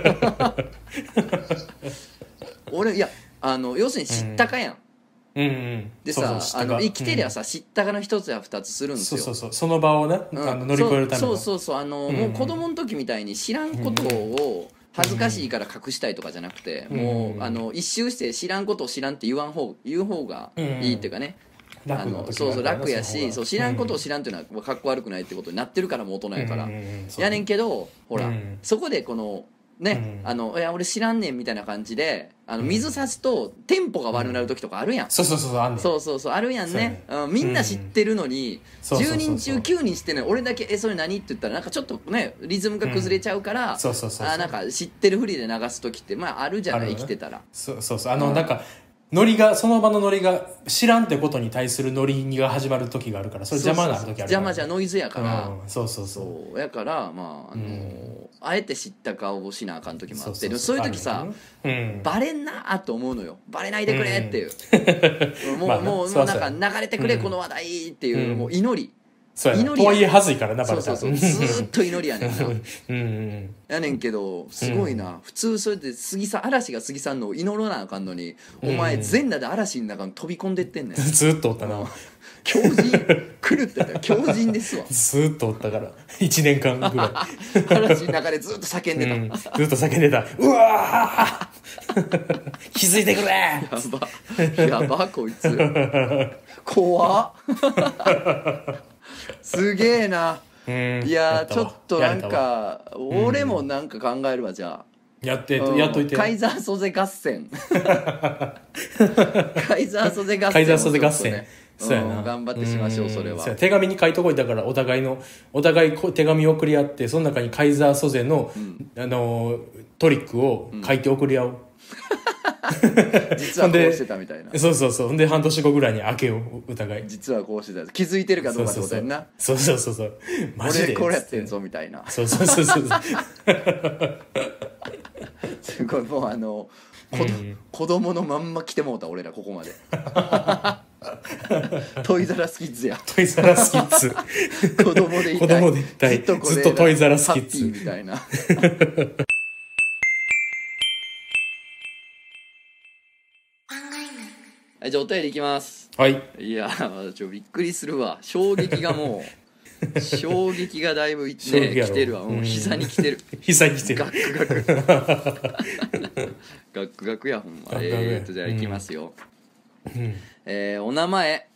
Speaker 1: 俺いや要するに知ったかやん、でさ、生きてりゃさ、知ったかの一つや二つするんですよ。
Speaker 2: その場をね、乗り越えるための。
Speaker 1: もう子供の時みたいに知らんことを恥ずかしいから隠したいとかじゃなくて、もう一周して知らんことを知らんって言う方がいいっていうかね、楽やし、知らんことを知らんっていうのはかっこ悪くないってことになってるから、もう大人やから、やねんけど、ほら、そこでこのね、いや俺知らんねんみたいな感じで水差すとテンポが悪くなる時とかあるやん。そうあるやんね。みんな知ってるのに10人中9人知ってるのに俺だけそれ何って言ったらなんかちょっとねリズムが崩れちゃうから、なんか知ってるふりで流す時ってまああるじゃない、生きてたら。
Speaker 2: なんかノリが、その場のノリが知らんってことに対するノリが始まる時があるから、それ邪魔な時あるから、
Speaker 1: 邪魔じゃノイズやから、
Speaker 2: そう
Speaker 1: やからまああえて知った顔をしなあかん時もあって、そういう時さ、バレんなーと思うのよ。バレないでくれっていう、もうなんか流れてくれこの話題っていう、もう祈り。
Speaker 2: そうやな、とはいえはずいからな、バレたら。
Speaker 1: ずーっと祈りやねんな。やねんけどすごいな、普通それで嵐が杉さんのを祈らなあかんのに、お前全裸で嵐の中に飛び込んでってんねん。
Speaker 2: ずっとおったな。
Speaker 1: 狂人狂ってたよ。狂人ですわ。
Speaker 2: ずっとおったから1年間ぐらい
Speaker 1: 嵐の中でずっと叫んでた、
Speaker 2: ずっと叫んでた。うわ気づいてくれ。
Speaker 1: やばこいつ怖っ。すげえな。いやちょっとなんか俺もなんか考えるわ。じゃあ
Speaker 2: やっといて。
Speaker 1: カイザーソゼ合戦カイザーソゼ合戦、そうやな、頑張ってしましょう。それは
Speaker 2: 手紙に書いとこい。だからお互い手紙送り合って、その中にカイザーソゼの、トリックを書いて送り合う
Speaker 1: 実はこうしてたみたいな。
Speaker 2: そうで半年後ぐらいに開けよう、お互い。
Speaker 1: 実はこうしてた、気づいてるかどうかってことやんな。
Speaker 2: そう
Speaker 1: マジでこれやってんぞみたいな。
Speaker 2: そうす
Speaker 1: ごいもう子供のまんま来てもうた俺らここまで。トイザラスキッズや。
Speaker 2: トイザラスキッズ
Speaker 1: 子供でいたい、
Speaker 2: ずっとトイザラスキッズ
Speaker 1: みたいな。はい、じゃあお便りいきます。
Speaker 2: はい。
Speaker 1: いやびっくりするわ。衝撃がだいぶね来てるわ。もう膝に来てる。
Speaker 2: 膝に来てる。
Speaker 1: ガクガクやほんま。じゃあいきますよ。お名前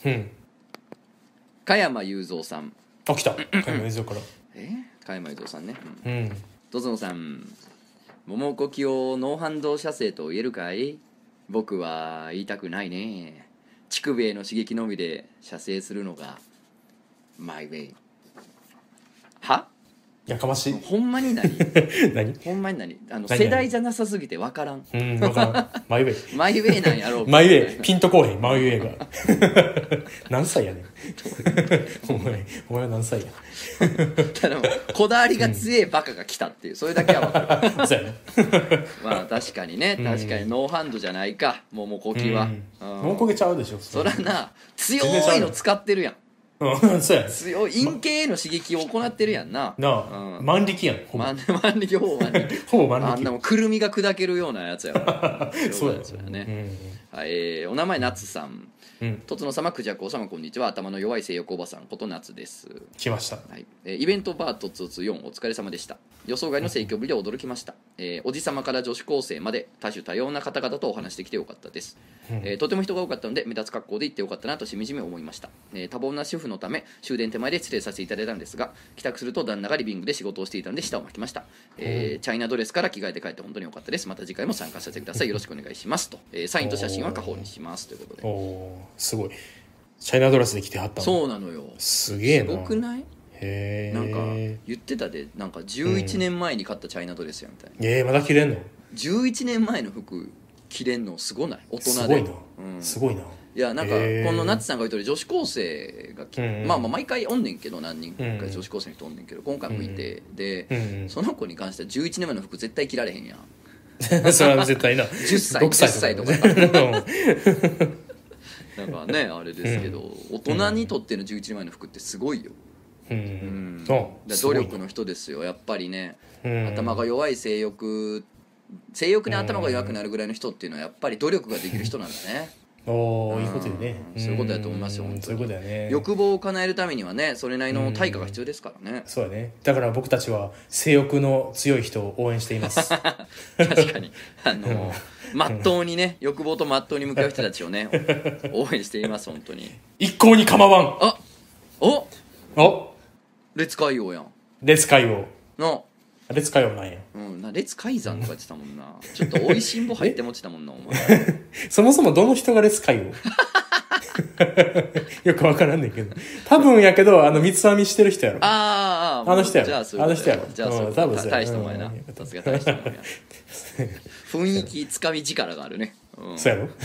Speaker 1: 加山雄三さん。
Speaker 2: あ、来た。加山雄三から。
Speaker 1: 加山雄三さんね。とつのさん、 桃子木をノーハンド射精と言えるかい？僕は言いたくないね。乳首への刺激のみで射精するのがマイウェイ。は？
Speaker 2: やかましい。
Speaker 1: ほんまに何？
Speaker 2: 何？
Speaker 1: ほんまに何？世代じゃなさすぎて分からん。
Speaker 2: 分からん。マイウェイ。
Speaker 1: マイウェイなんやろう。
Speaker 2: マイウェイ。ピンとこうへん。マイウェイが。何歳やねん。お前は何歳や。
Speaker 1: ただこだわりが強いバカが来たっていう、それだけは分かる。
Speaker 2: そうやね。
Speaker 1: まあ確かにね、確かにノーハンドじゃないか、桃子木は。
Speaker 2: 桃子木ちゃうでしょ。
Speaker 1: そらな、強いの使ってるやん。
Speaker 2: そうやね。
Speaker 1: 強い陰茎への刺激を行ってるやんな。
Speaker 2: なあ、万力やん。
Speaker 1: 万力、ほぼ万力。
Speaker 2: ほぼ万力。
Speaker 1: あんなもんくるみが砕けるようなやつやわ。
Speaker 2: そうや
Speaker 1: ね。はい、お名前夏さん。とつの様、くじゃこ様、こんにちは。頭の弱い性欲おばさんこと夏です。
Speaker 2: 来ました。
Speaker 1: はい、イベントバートツーツ4お疲れ様でした。予想外の盛況ぶりで驚きました。おじさまから女子高生まで多種多様な方々とお話してきてよかったです。とても人が多かったので目立つ格好で行ってよかったなとしみじみ思いました。多忙な主婦のため終電手前で失礼させていただいたんですが、帰宅すると旦那がリビングで仕事をしていたので舌を巻きました。チャイナドレスから着替えて帰って本当によかったです。また次回も参加させてください。よろしくお願いしますと、サインと写真は家宝にしますということで。
Speaker 2: おすごい。チャイナドレスで着てはったの。
Speaker 1: そうなのよ。
Speaker 2: すげえな。
Speaker 1: すごくない？
Speaker 2: へえ。
Speaker 1: なんか言ってたで、なんか11年前に買ったチャイナドレスやみたいな。
Speaker 2: まだ着れんの
Speaker 1: ？11年前の服着れんのすごない？大人で。
Speaker 2: すごいな。すごいな。
Speaker 1: いやなんかこの夏さんが言う通り女子高生がまあ毎回おんねんけど、何人か女子高生の人おんねんけど、今回もいて、でその子に関しては11年前の服絶対着られへんやん。
Speaker 2: それは絶対な。
Speaker 1: 10歳とかなんかねあれですけど、大人にとっての11年前の服ってすごいよ。努力の人ですよやっぱりね。頭が弱い性欲に頭が弱くなるぐらいの人っていうのはやっぱり努力ができる人なんだね。
Speaker 2: おいいことよね。
Speaker 1: そういうことだと思いますよ。
Speaker 2: そういうことだね。
Speaker 1: 欲望を叶えるためにはねそれなりの対価が必要ですからね。
Speaker 2: そうだね。だから僕たちは性欲の強い人を応援しています。
Speaker 1: 確かにまっとうにね欲望とまっとうに向かう人たちをね応援しています本当に。
Speaker 2: 一向に構わん。
Speaker 1: 列海王やん。
Speaker 2: 列海王
Speaker 1: の
Speaker 2: 列海王なんや。
Speaker 1: 列海山とか言ってたもんな。ちょっとおいしんぼ入って持ってたもんなお前。
Speaker 2: そもそもどの人が列海王よくわからんねんけど、多分やけど三つ編みしてる人やろ。
Speaker 1: あ
Speaker 2: の人やろ。
Speaker 1: じゃあそういうことやろ。じゃあそう
Speaker 2: 多分
Speaker 1: 大したもんやな。さすが大したもんや。雰囲気つかみ力があるね。
Speaker 2: そうやろ。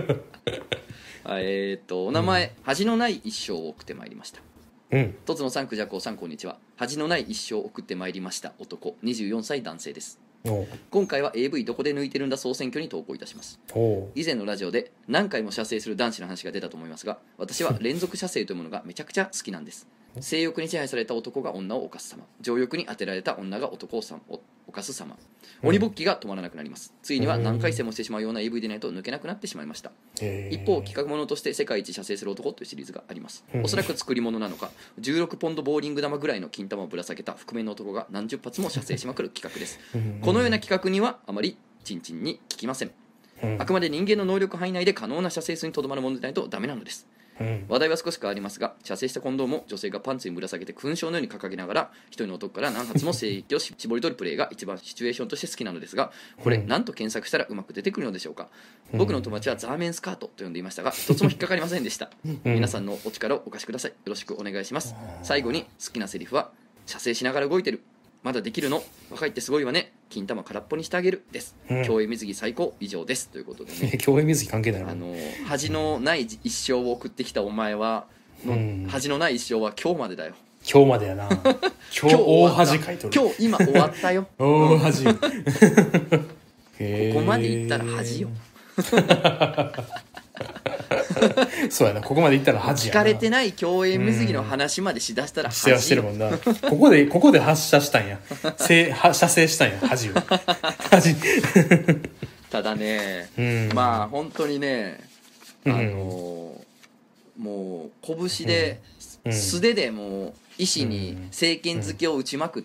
Speaker 1: お名前恥のない一生を送ってまいりました。とつのさん、くじゃこさん、こんにちは。恥のない一生を送ってまいりました男24歳男性です。今回は AV どこで抜いてるんだ総選挙に投稿いたします。以前のラジオで何回も射精する男子の話が出たと思いますが、私は連続射精というものがめちゃくちゃ好きなんです。性欲に支配された男が女を犯す様、情欲に当てられた女が男を犯す様、鬼勃起が止まらなくなります。ついには何回戦もしてしまうような AV でないと抜けなくなってしまいました。一方企画ものとして世界一射精する男というシリーズがあります。おそらく作り物なのか16ポンドボーリング玉ぐらいの金玉をぶら下げた覆面の男が何十発も射精しまくる企画です。このような企画にはあまりチンチンに効きません。あくまで人間の能力範囲内で可能な射精数にとどまるものでないとダメなのです。話題は少し変わりますが、射精したコンドームを女性がパンツにぶら下げて勲章のように掲げながら一人の男から何発も精液を絞り取るプレイが一番シチュエーションとして好きなのですが、これ何と検索したらうまく出てくるのでしょうか。僕の友達はザーメンスカートと呼んでいましたが一つも引っかかりませんでした。皆さんのお力をお貸しください。よろしくお願いします。最後に好きなセリフは射精しながら動いてる、まだできるの、若いってすごいわね、金玉空っぽにしてあげるです。競泳水着最高、以上ですということでね。
Speaker 2: 競泳水着関係ないの。
Speaker 1: 恥のない一生を送ってきたお前は恥のない一生は今日までだよ。
Speaker 2: 今日までやな。今日大恥かいとる。
Speaker 1: 今日今終わったよ。
Speaker 2: 大恥。こ
Speaker 1: こまでいったら恥よ。
Speaker 2: そうやな、ここまでいったら恥やな。
Speaker 1: 聞かれてない競泳水着の話までしだしたら恥よ。
Speaker 2: してるもんな。ここで発射したんや。射精したんや、恥よ。恥。
Speaker 1: ただね、まあ本当にね、もう拳で、素手でもう石に正拳突きを打ちまくって、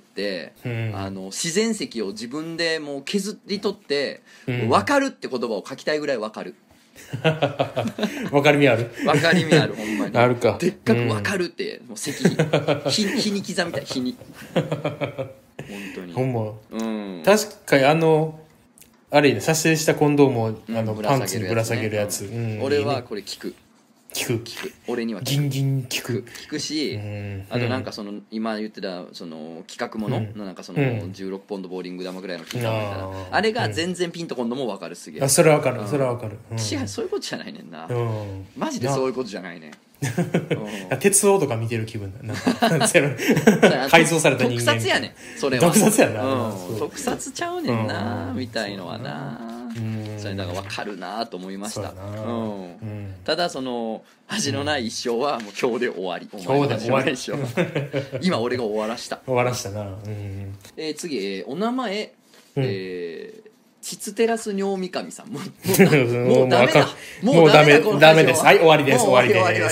Speaker 1: 自然石を自分でもう削り取って、分かるって言葉を書きたいぐらい分かる。
Speaker 2: 分かりみある
Speaker 1: 分かりみあるほんまに
Speaker 2: あるか
Speaker 1: でっかく分かるって、もう石日に刻みたい日に本当に
Speaker 2: ほんま、
Speaker 1: うん、
Speaker 2: 確かにあれね、撮影したコンドームをパンツにぶら下げるやつ、
Speaker 1: 俺はこれ聞く俺には
Speaker 2: ギンギン聞
Speaker 1: くし、あとなんかその今言ってたその企画もののなんかその16ポンドボーリング玉ぐらいの金玉みたいな、あれが全然ピンとこんのも分かるすげえ。
Speaker 2: あ、それは分かる、それは分かる。
Speaker 1: 違う、そういうことじゃないねんな。マジでそういうことじゃないねん。
Speaker 2: 鉄夫とか見てる気分だなんか改造された人間
Speaker 1: 特撮やねんそれは。
Speaker 2: 特撮やな、
Speaker 1: 特撮ちゃうねんなみたいのはな。それだから分かるなと思いました。ただその恥のない一生はもう今日で終わり。
Speaker 2: 今日で終わり。
Speaker 1: 今俺が終わらした
Speaker 2: な。
Speaker 1: 次お名前チツテラス尿三上さんもうダメだ
Speaker 2: もうダメです。はい、終わりです終わり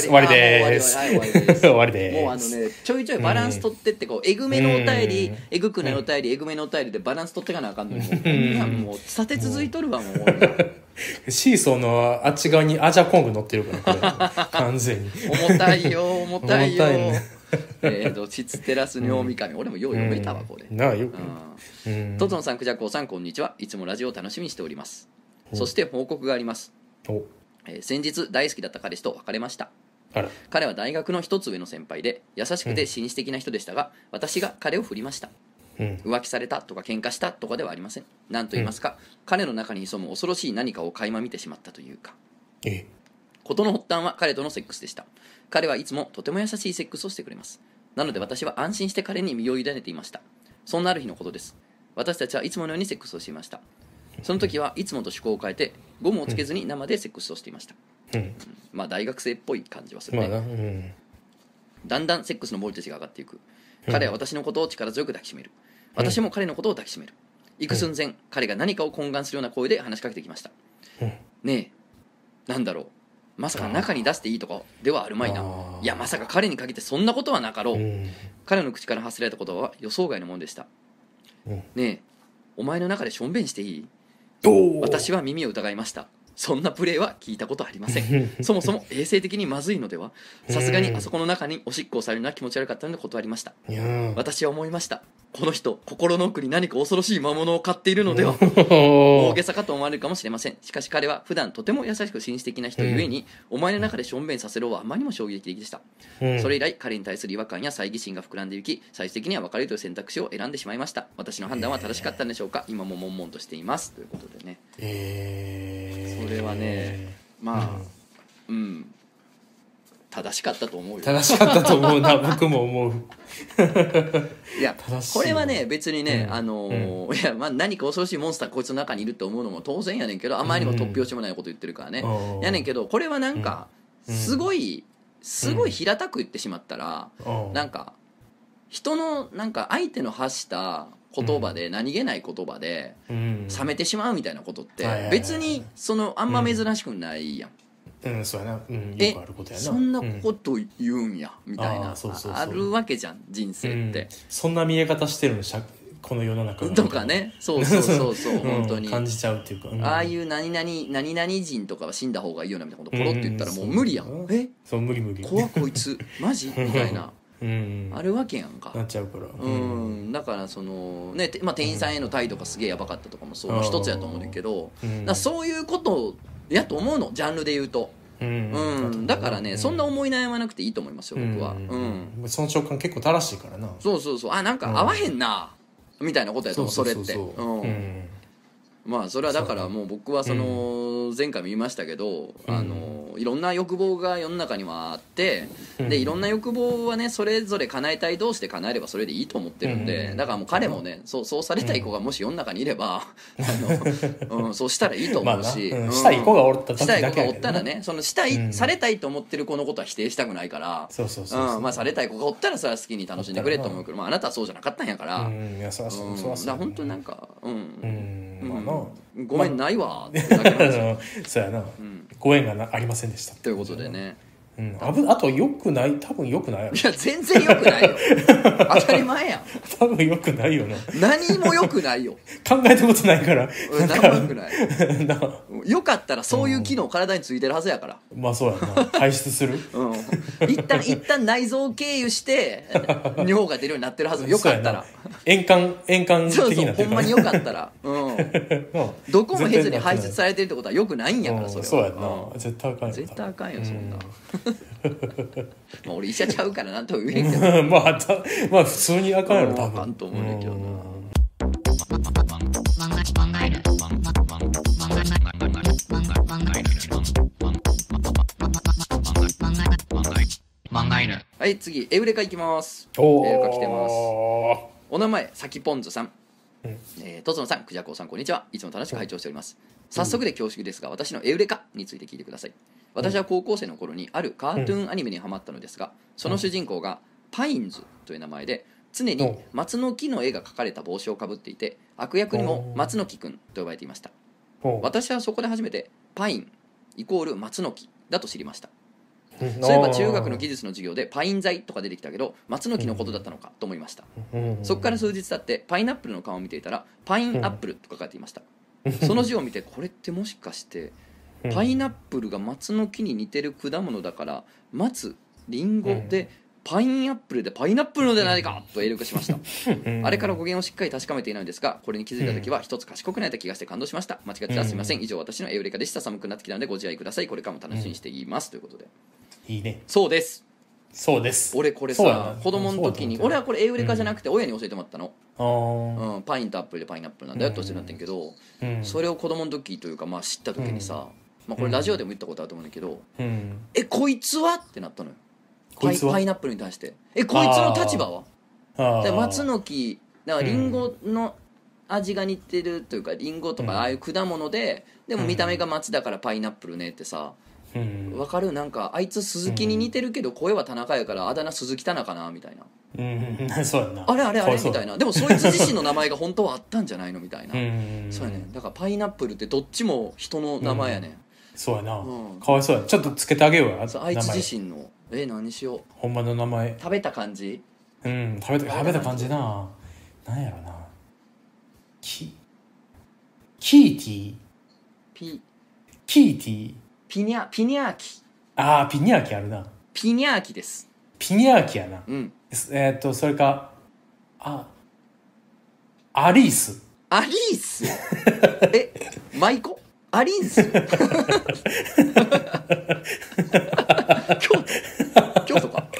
Speaker 2: です
Speaker 1: もうちょいちょいバランス取ってってこうえぐめのお便りえぐくないお便りえぐめのお便りでバランス取ってかなあかんのにもう立て続いとるわもう
Speaker 2: シーソーのあっち側にアジャコング乗ってるからこれ完全に
Speaker 1: 重たいよチツテラス尿三上俺もよう読めたわこれ
Speaker 2: なあよく
Speaker 1: トトンさんクジャコウさんこんにちは。いつもラジオを楽しみにしております。そして報告があります。先日大好きだった彼氏と別れました。彼は大学の一つ上の先輩で優しくて紳士的な人でしたが、私が彼を振りました。浮気されたとか喧嘩したとかではありません。何と言いますか、彼の中に潜む恐ろしい何かを垣間見てしまったというか。事の発端は彼とのセックスでした。彼はいつもとても優しいセックスをしてくれます。なので私は安心して彼に身を委ねていました。そんなある日のことです。私たちはいつものようにセックスをしていました。その時はいつもと趣向を変えてゴムをつけずに生でセックスをしていました。まあ大学生っぽい感じはするね。だんだんセックスのボルテージが上がっていく。彼は私のことを力強く抱きしめる。私も彼のことを抱きしめる。行く寸前、彼が何かを懇願するような声で話しかけてきました。ねえ、なんだろう、まさか中に出していいとかではあるまいな。いやまさか彼に限ってそんなことはなかろう。彼の口から発せられた言葉は予想外のものでした。ねえ、お前の中でしょんべんしていい？私は耳を疑いました。そんなプレーは聞いたことありません。そもそも衛生的にまずいのでは。さすがにあそこの中におしっこをされるのは気持ち悪かったので断りました。私は思いました。この人心の奥に何か恐ろしい魔物を飼っているのでは。大げさかと思われるかもしれません。しかし彼は普段とても優しく紳士的な人ゆえに、お前の中でしょんべんさせろはあまりにも衝撃的でした。それ以来彼に対する違和感や猜疑心が膨らんでいき、最終的には別れるという選択肢を選んでしまいました。私の判断は正しかったんでしょうか。今も悶々としていますということでね。それはね、まあ正しかったと思うよ。
Speaker 2: 正しかったと思うな僕も思う。
Speaker 1: いやこれはね別にね、いやまあ何か恐ろしいモンスターこいつの中にいると思うのも当然やねんけど、あまりにも突拍子もないこと言ってるからね、やねんけど、これはなんかすごい平たく言ってしまったら、なんか人のなんか相手の発した言葉で、何気ない言葉で冷めてしまうみたいなことって別にそのあんま珍しくないやん。
Speaker 2: そうやな、よくあることやな。
Speaker 1: そんなこと言うんやみたいな、あるわけじゃん人生って、
Speaker 2: そんな見え方してるのこの世の中
Speaker 1: とかね、そう本当に
Speaker 2: 感じちゃうっていうか、
Speaker 1: ああいう何々人とかは死んだ方がいいよなみたいなことポロって言ったらもう無理やん。
Speaker 2: そう無理
Speaker 1: 怖こいつマジみたいなあるわけやんか。
Speaker 2: なっちゃうから、
Speaker 1: だからそのね、店員さんへの態度がすげえやばかったとかもその一つやと思うんだけど、そういうことやと思うの、ジャンルで言うと。だからね、そんな思い悩まなくていいと思いますよ僕は。
Speaker 2: その直感結構正しいからな。
Speaker 1: そうあ、なんか合わへんなみたいなことやと思うそれって。まあそれはだからもう僕はその前回も言いましたけど、いろんな欲望が世の中にはあって、でいろんな欲望はねそれぞれ叶えたい同士で叶えればそれでいいと思ってるんで、だからもう彼もねそうされたい子がもし世の中にいればそうしたらいいと思うし、
Speaker 2: したい子がおった時だけ
Speaker 1: したい子がおったらね、そのされたいと思ってる子のことは否定したくないから、まあされたい子がおったらそれは好きに楽しんでくれと思うけど、あなたはそうじゃなかったんやから、だから本当になんかごめんないわってだけなんですよ。
Speaker 2: そうやな、ご縁がありませんでした
Speaker 1: ということでね、
Speaker 2: あと良くない、多分良くないやろ。
Speaker 1: いや全然良くないよ当たり前やん。
Speaker 2: 多分良くないよな。
Speaker 1: 何も良くないよ。
Speaker 2: 考えたことないから。
Speaker 1: 何も良くないよかったらそういう機能体についてるはずやから。
Speaker 2: まあそうやな、排出する
Speaker 1: 一旦内臓を経由して尿が出るようになってるはず。よかったら
Speaker 2: 円環的になってるから。
Speaker 1: そうほんまによかったらどこも経ずに排出されてるってことはよくないんやから。それは
Speaker 2: そうやな、絶対あかんよ。
Speaker 1: 絶対あかんよそんなまあ俺医者ちゃうからなんとも言えんけど
Speaker 2: まあ普通にあかんやろ多分。
Speaker 1: あかんと思うねんけどな。はい次エウレカいきます。エウレカ来てます。お名前さきぽんずさん、とつのさん、くじゃこうさん、こんにちは。いつも楽しく拝聴しております。早速で恐縮ですが、私のエウレカについて聞いてください。私は高校生の頃にあるカートゥーンアニメにハマったのですが、その主人公がパインズという名前で、常に松の木の絵が描かれた帽子をかぶっていて、悪役にも松の木くんと呼ばれていました。私はそこで初めてパインイコール松の木だと知りました。そういえば中学の技術の授業でパイン材とか出てきたけど松の木のことだったのかと思いました。そこから数日経ってパイナップルの缶を見ていたらパインアップルと書かれていました。その字を見てこれってもしかしてパイナップルが松の木に似てる果物だから松リンゴでパインアップルでパイナップルのではないかと英読しました。あれから語源をしっかり確かめていないのですが、これに気づいた時は一つ賢くなれた気がして感動しました。間違ってたらすみません。以上私のエウレカでした。寒くなってきたのでご自愛ください。これからも楽しみにしています、ということで。
Speaker 2: いいね。
Speaker 1: そうです。
Speaker 2: そうです。
Speaker 1: 俺これさ、子供の時に俺はこれエウレカじゃなくて親に教えてもらったの。パインとアップルでパイナップルなんだよって教えてもらってんけど、それを子供の時というか知った時にさ、これラジオでも言ったことあると思うんだけど、こいつはってなったのよ。パイナップルに対してこいつの立場は松の木だからリンゴの味が似てるというか、リンゴとかああいう果物で、でも見た目が松だからパイナップルねってさ、わかる？なんかあいつ鈴木に似てるけど声は田中やからあだ名鈴木田中なみたいな、
Speaker 2: そうやな、
Speaker 1: あれみたいな。でもそいつ自身の名前が本当はあったんじゃないのみたいなそうやね。だからパイナップルってどっちも人の名前やね。
Speaker 2: そうやな、かわいそうや。ちょっとつけてあげようや。
Speaker 1: あいつ自身の何しよう。
Speaker 2: ほんまの名前
Speaker 1: 食べた感じ。
Speaker 2: 食べた感じな。なんやろな。キーティー
Speaker 1: ピニャーキ。
Speaker 2: ピニャーキあるな。
Speaker 1: ピニャーキです。
Speaker 2: ピニャーキやな。それかアリース
Speaker 1: 舞妓アリース京都か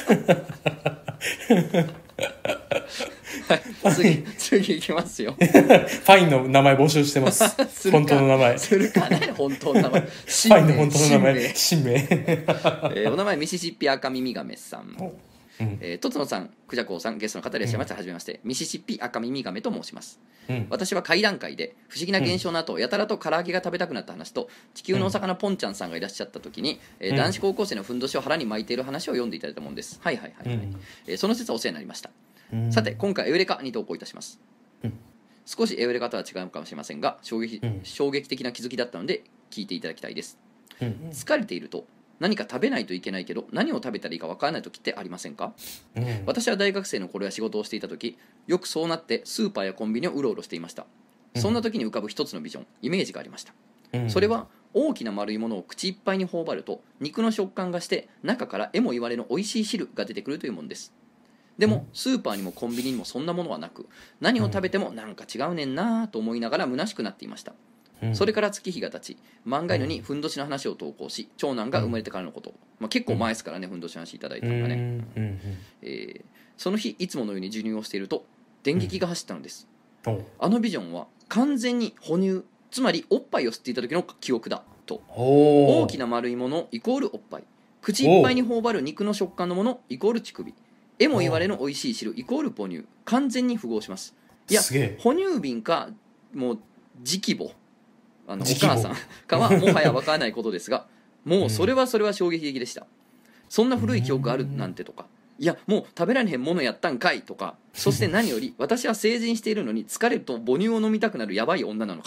Speaker 1: 次いきますよ。
Speaker 2: パインの名前募集してます。本当の名前
Speaker 1: するかね。本当の名前
Speaker 2: パインの本当の名前新名
Speaker 1: お名前ミシシッピ赤耳ガメさん、とつのさん、くじゃこうさん、ゲストの方いらっしゃいました。はじめまして。ミシシッピ赤耳ガメと申します。私は会談会で不思議な現象の後、やたらと唐揚げが食べたくなった話と、地球のお魚ポンちゃんさんがいらっしゃった時に、男子高校生のふんどしを腹に巻いている話を読んでいただいたものです。その説はお世話になりました。さて今回エウレカに投稿いたします。少しエウレカとは違うかもしれませんが、衝撃的な気づきだったので聞いていただきたいです。疲れていると何か食べないといけないけど何を食べたらいいか分からない時ってありませんか？私は大学生の頃や仕事をしていた時、よくそうなってスーパーやコンビニをうろうろしていました。そんな時に浮かぶ一つのビジョン、イメージがありました。それは大きな丸いものを口いっぱいに頬張ると肉の食感がして中からえも言われの美味しい汁が出てくるというものです。でもスーパーにもコンビニにもそんなものはなく、何を食べてもなんか違うねんなと思いながら虚しくなっていました。それから月日が経ち、漫画犬にふんどしの話を投稿し、長男が生まれてからのこと、結構前ですからね、ふんどしの話いただいたのがね、その日いつものように授乳をしていると電撃が走ったのです。あのビジョンは完全に哺乳、つまりおっぱいを吸っていた時の記憶だと。大きな丸いものイコールおっぱい、口いっぱいに頬張る肉の食感のものイコール乳首、えも言われの美味しい汁イコール母乳、完全に符合します。いや哺乳瓶かもう直母、お母さんかはもはや分からないことですが、もうそれは衝撃的でした。そんな古い記憶あるなんてとか、いやもう食べられへんものやったんかいとか、そして何より私は成人しているのに疲れると母乳を飲みたくなるやばい女なのかと、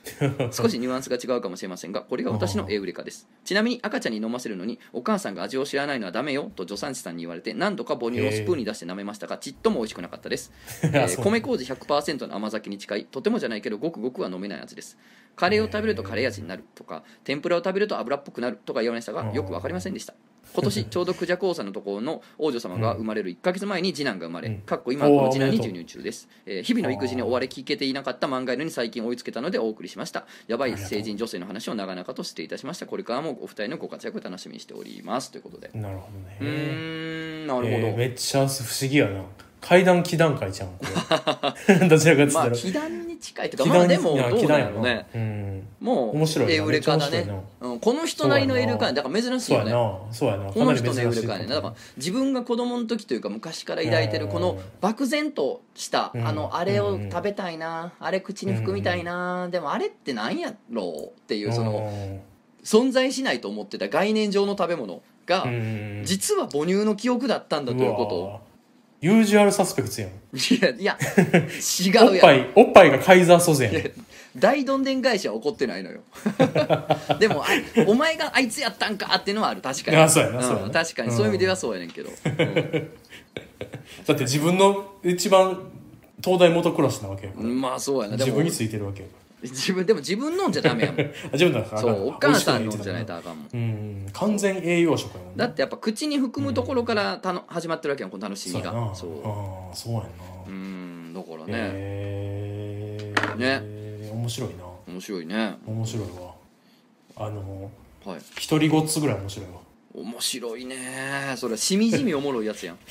Speaker 1: 少しニュアンスが違うかもしれませんが、これが私のエウレカです。ちなみに赤ちゃんに飲ませるのにお母さんが味を知らないのはダメよと助産師さんに言われて、何度か母乳をスプーンに出して舐めましたが、ちっとも美味しくなかったです。米麹 100% の甘酒に近い、とてもじゃないけどごくごくは飲めない味です。カレーを食べるとカレー味になるとか、天ぷらを食べると油っぽくなるとか言われましたが、よく分かりませんでした。今年ちょうどクジャコウさんのところの王女様が生まれる1ヶ月前に次男が生まれ、今この次男に授乳中です。日々の育児に追われ聞けていなかった漫画犬に最近追いつけたのでお送りしました。やばい成人女性の話を長々と失礼いたしました。これからもお二人のご活躍を楽しみにしておりますということで。
Speaker 2: なるほどね。
Speaker 1: なるほど。
Speaker 2: めっちゃ不思議やな。階段気段階ちゃんこれどちらかっつったら、
Speaker 1: 気段に近いというか、まあでもどうなのね、もう
Speaker 2: 面白い
Speaker 1: エウレカだね、この人なりのエウレカだから珍しいよね。
Speaker 2: そうやな、
Speaker 1: この人のエウレカね。だから自分が子供の時というか昔から抱いてるこの漠然としたあれを食べたいな、あれ口に含みたいな、でもあれってなんやろうっていう、その存在しないと思ってた概念上の食べ物が実は母乳の記憶だったんだということを。
Speaker 2: ユージュアルサスペクツやん。
Speaker 1: いや違うやん。
Speaker 2: おっぱいがカイザーソゼやん。
Speaker 1: 大どんでん返しは怒ってないのよでもお前があいつやったんかっていうのはある。確かに。
Speaker 2: そうやな、そうやな。
Speaker 1: 確かにそういう意味ではそうやねんけど、
Speaker 2: だって自分の一番東大元クラスなわけやから。
Speaker 1: まあそうやな。
Speaker 2: 自分についてるわけやから。
Speaker 1: でも自分のんじゃダメやもん
Speaker 2: 自分だから。
Speaker 1: そうお母さんのんじゃないとあかんも
Speaker 2: ん。完全栄養食やもんね。
Speaker 1: だってやっぱ口に含むところから始まってるわけやん、この楽しみが。
Speaker 2: そうやな。
Speaker 1: だからね
Speaker 2: 面白いな。
Speaker 1: 面白いね。
Speaker 2: 面白いわ。一人ごっつぐらい面白いわ。
Speaker 1: 面白いね。それはしみじみおもろいやつやん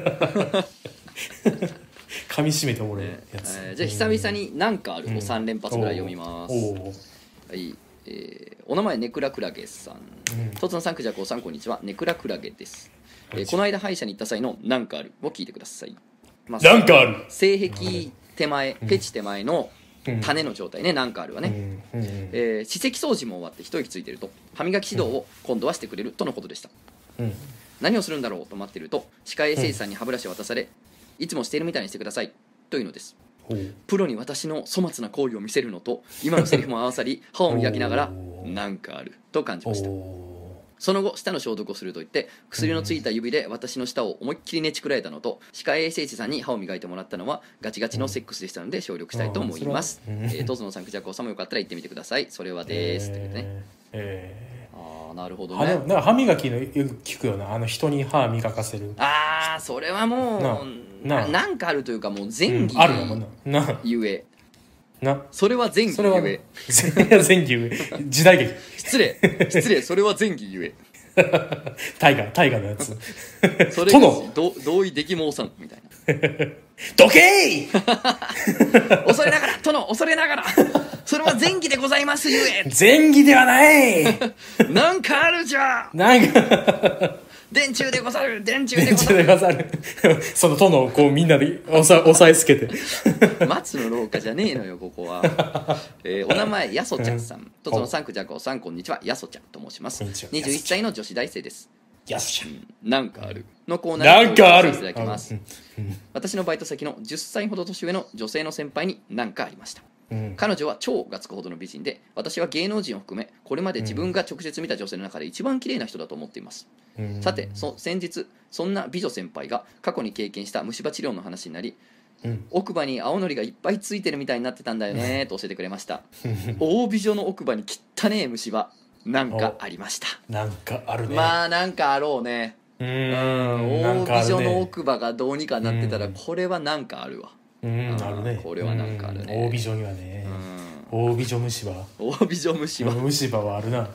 Speaker 2: 噛み締めておもろいやつ。
Speaker 1: じゃあ久々に何かあるを3連発ぐらい読みます。はい、お名前ネクラクラゲさん。とつのさん、くじゃこうさん、こんにちは。ネクラクラゲです。この間歯医者に行った際の何かあるを聞いてください。
Speaker 2: 何かある。
Speaker 1: 性癖手前、フェチ手前の種の状態ね、何かあるわね。歯石掃除も終わって一息ついてると歯磨き指導を今度はしてくれるとのことでした。何をするんだろうと待っていると、歯科衛生士さんに歯ブラシを渡され、いつもしているみたいにしてくださいというのです。プロに私の粗末な行為を見せるのと今のセリフも合わさり、歯を磨きながらなんかあると感じました。その後舌の消毒をすると言って薬のついた指で私の舌を思いっきりねちくられたのと、歯科衛生士さんに歯を磨いてもらったのはガチガチのセックスでしたので協力したいと思います。とつのさん、くじゃこうさんもよかったら行ってみてください。それはですというね。なるほどね。
Speaker 2: 歯磨きのよく聞くよな、人に歯磨かせる。
Speaker 1: それはもうなんかあるというか、もう前儀ゆえそれは前儀ゆえ
Speaker 2: 前儀ゆえ時代劇。
Speaker 1: 失礼それは前儀ゆえ
Speaker 2: 大河のやつ
Speaker 1: それが同意できもうさんみたいな
Speaker 2: どけー
Speaker 1: 恐れながら殿、恐れながらそれは前儀でございますゆえ。
Speaker 2: 前儀ではない
Speaker 1: なんかあるじゃ
Speaker 2: なんか
Speaker 1: 電柱でござる
Speaker 2: その殿をこうみんなで押さえつけて
Speaker 1: 松の廊下じゃねえのよここは。お名前やそちゃんさん。とつのさん、くじゃこうさん、こんにちは。やそちゃんと申します。21歳の女子大生です。
Speaker 2: やそちゃん、
Speaker 1: なんかあるのコーナーに登場させていただきます。私のバイト先の10歳ほど年上の女性の先輩に何かありました。彼女は超がつくほどの美人で、私は芸能人を含めこれまで自分が直接見た女性の中で一番綺麗な人だと思っています。さて先日そんな美女先輩が過去に経験した虫歯治療の話になり、奥歯に青のりがいっぱいついてるみたいになってたんだよねと教えてくれました。大美女の奥歯に汚ねえ虫歯、なんかありました。
Speaker 2: なんかあるね。
Speaker 1: まあなんかあろうね。大美女の奥歯がどうにかなってたらこれはなんかあるわ。
Speaker 2: あるね。
Speaker 1: これはなんかあるね。
Speaker 2: 大美女にはね、大美女虫歯、
Speaker 1: 大美女虫歯、
Speaker 2: 虫歯はあるな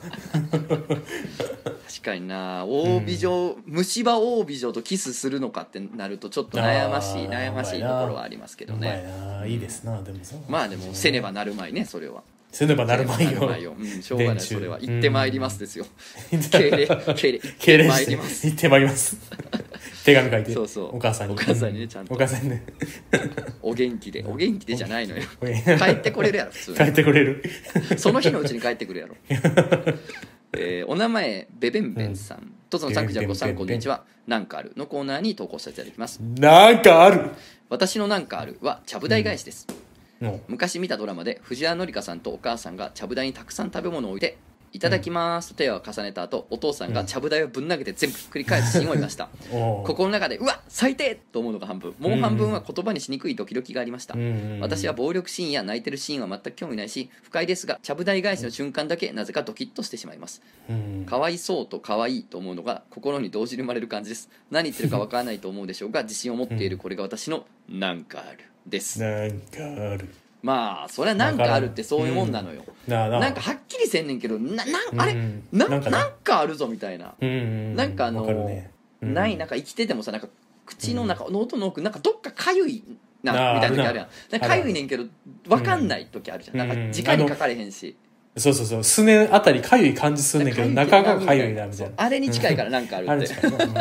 Speaker 1: 確かにな。大美女、虫歯大美女とキスするのかってなるとちょっと悩ましいところはありますけどね。
Speaker 2: いいですな。でもさ、
Speaker 1: まあでもせねばなるまいね。それは
Speaker 2: せねばなるまいよ。
Speaker 1: しょうがない。それは行ってまいりますですよ。敬礼行ってまいります。
Speaker 2: 行ってまいります手紙書いて。
Speaker 1: そうそう、
Speaker 2: お母さんに
Speaker 1: ね、ちゃんと
Speaker 2: お母さんね
Speaker 1: お元気でじゃないのよ帰ってこれるやろ普通に。
Speaker 2: 帰ってこれる
Speaker 1: その日のうちに帰ってくるやろお名前ベベンベンさん。とつのさん、くじゃこさん、こんにちは。なんかあるのコーナーに投稿させていただきます。
Speaker 2: なんかある。
Speaker 1: 私のなんかあるはちゃぶ台返しです。 昔見たドラマで藤原紀香さんとお母さんがちゃぶ台にたくさん食べ物を置いていただきますと手を重ねた後、お父さんがちゃぶ台をぶん投げて全部ひっくり返すシーンを見ました。心の中でうわ最低と思うのが半分、もう半分は言葉にしにくいドキドキがありました。私は暴力シーンや泣いてるシーンは全く興味ないし不快ですが、ちゃぶ台返しの瞬間だけなぜかドキッとしてしまいます。かわいそうとかわいいと思うのが心に同時に生まれる感じです。何言ってるかわからないと思うでしょうが、自信を持っているこれが私のなんかあるです。
Speaker 2: なんかある。
Speaker 1: まあそれはなんかあるってそういうもんなのよ。なんかはっきりせんねんけどあれなんかあるぞみたいな。なんかないなんか生きててもさ、なんか口の中喉の奥なんかどっかかゆいなみたいな時あるやん。なんかかゆいねんけど分かんない時あるじゃん。なんか直にかかれへんし。
Speaker 2: そうそうそう、すねあたりかゆい感じすんねんけど中がかゆいなみたいな。
Speaker 1: あれに近いからなんかあるって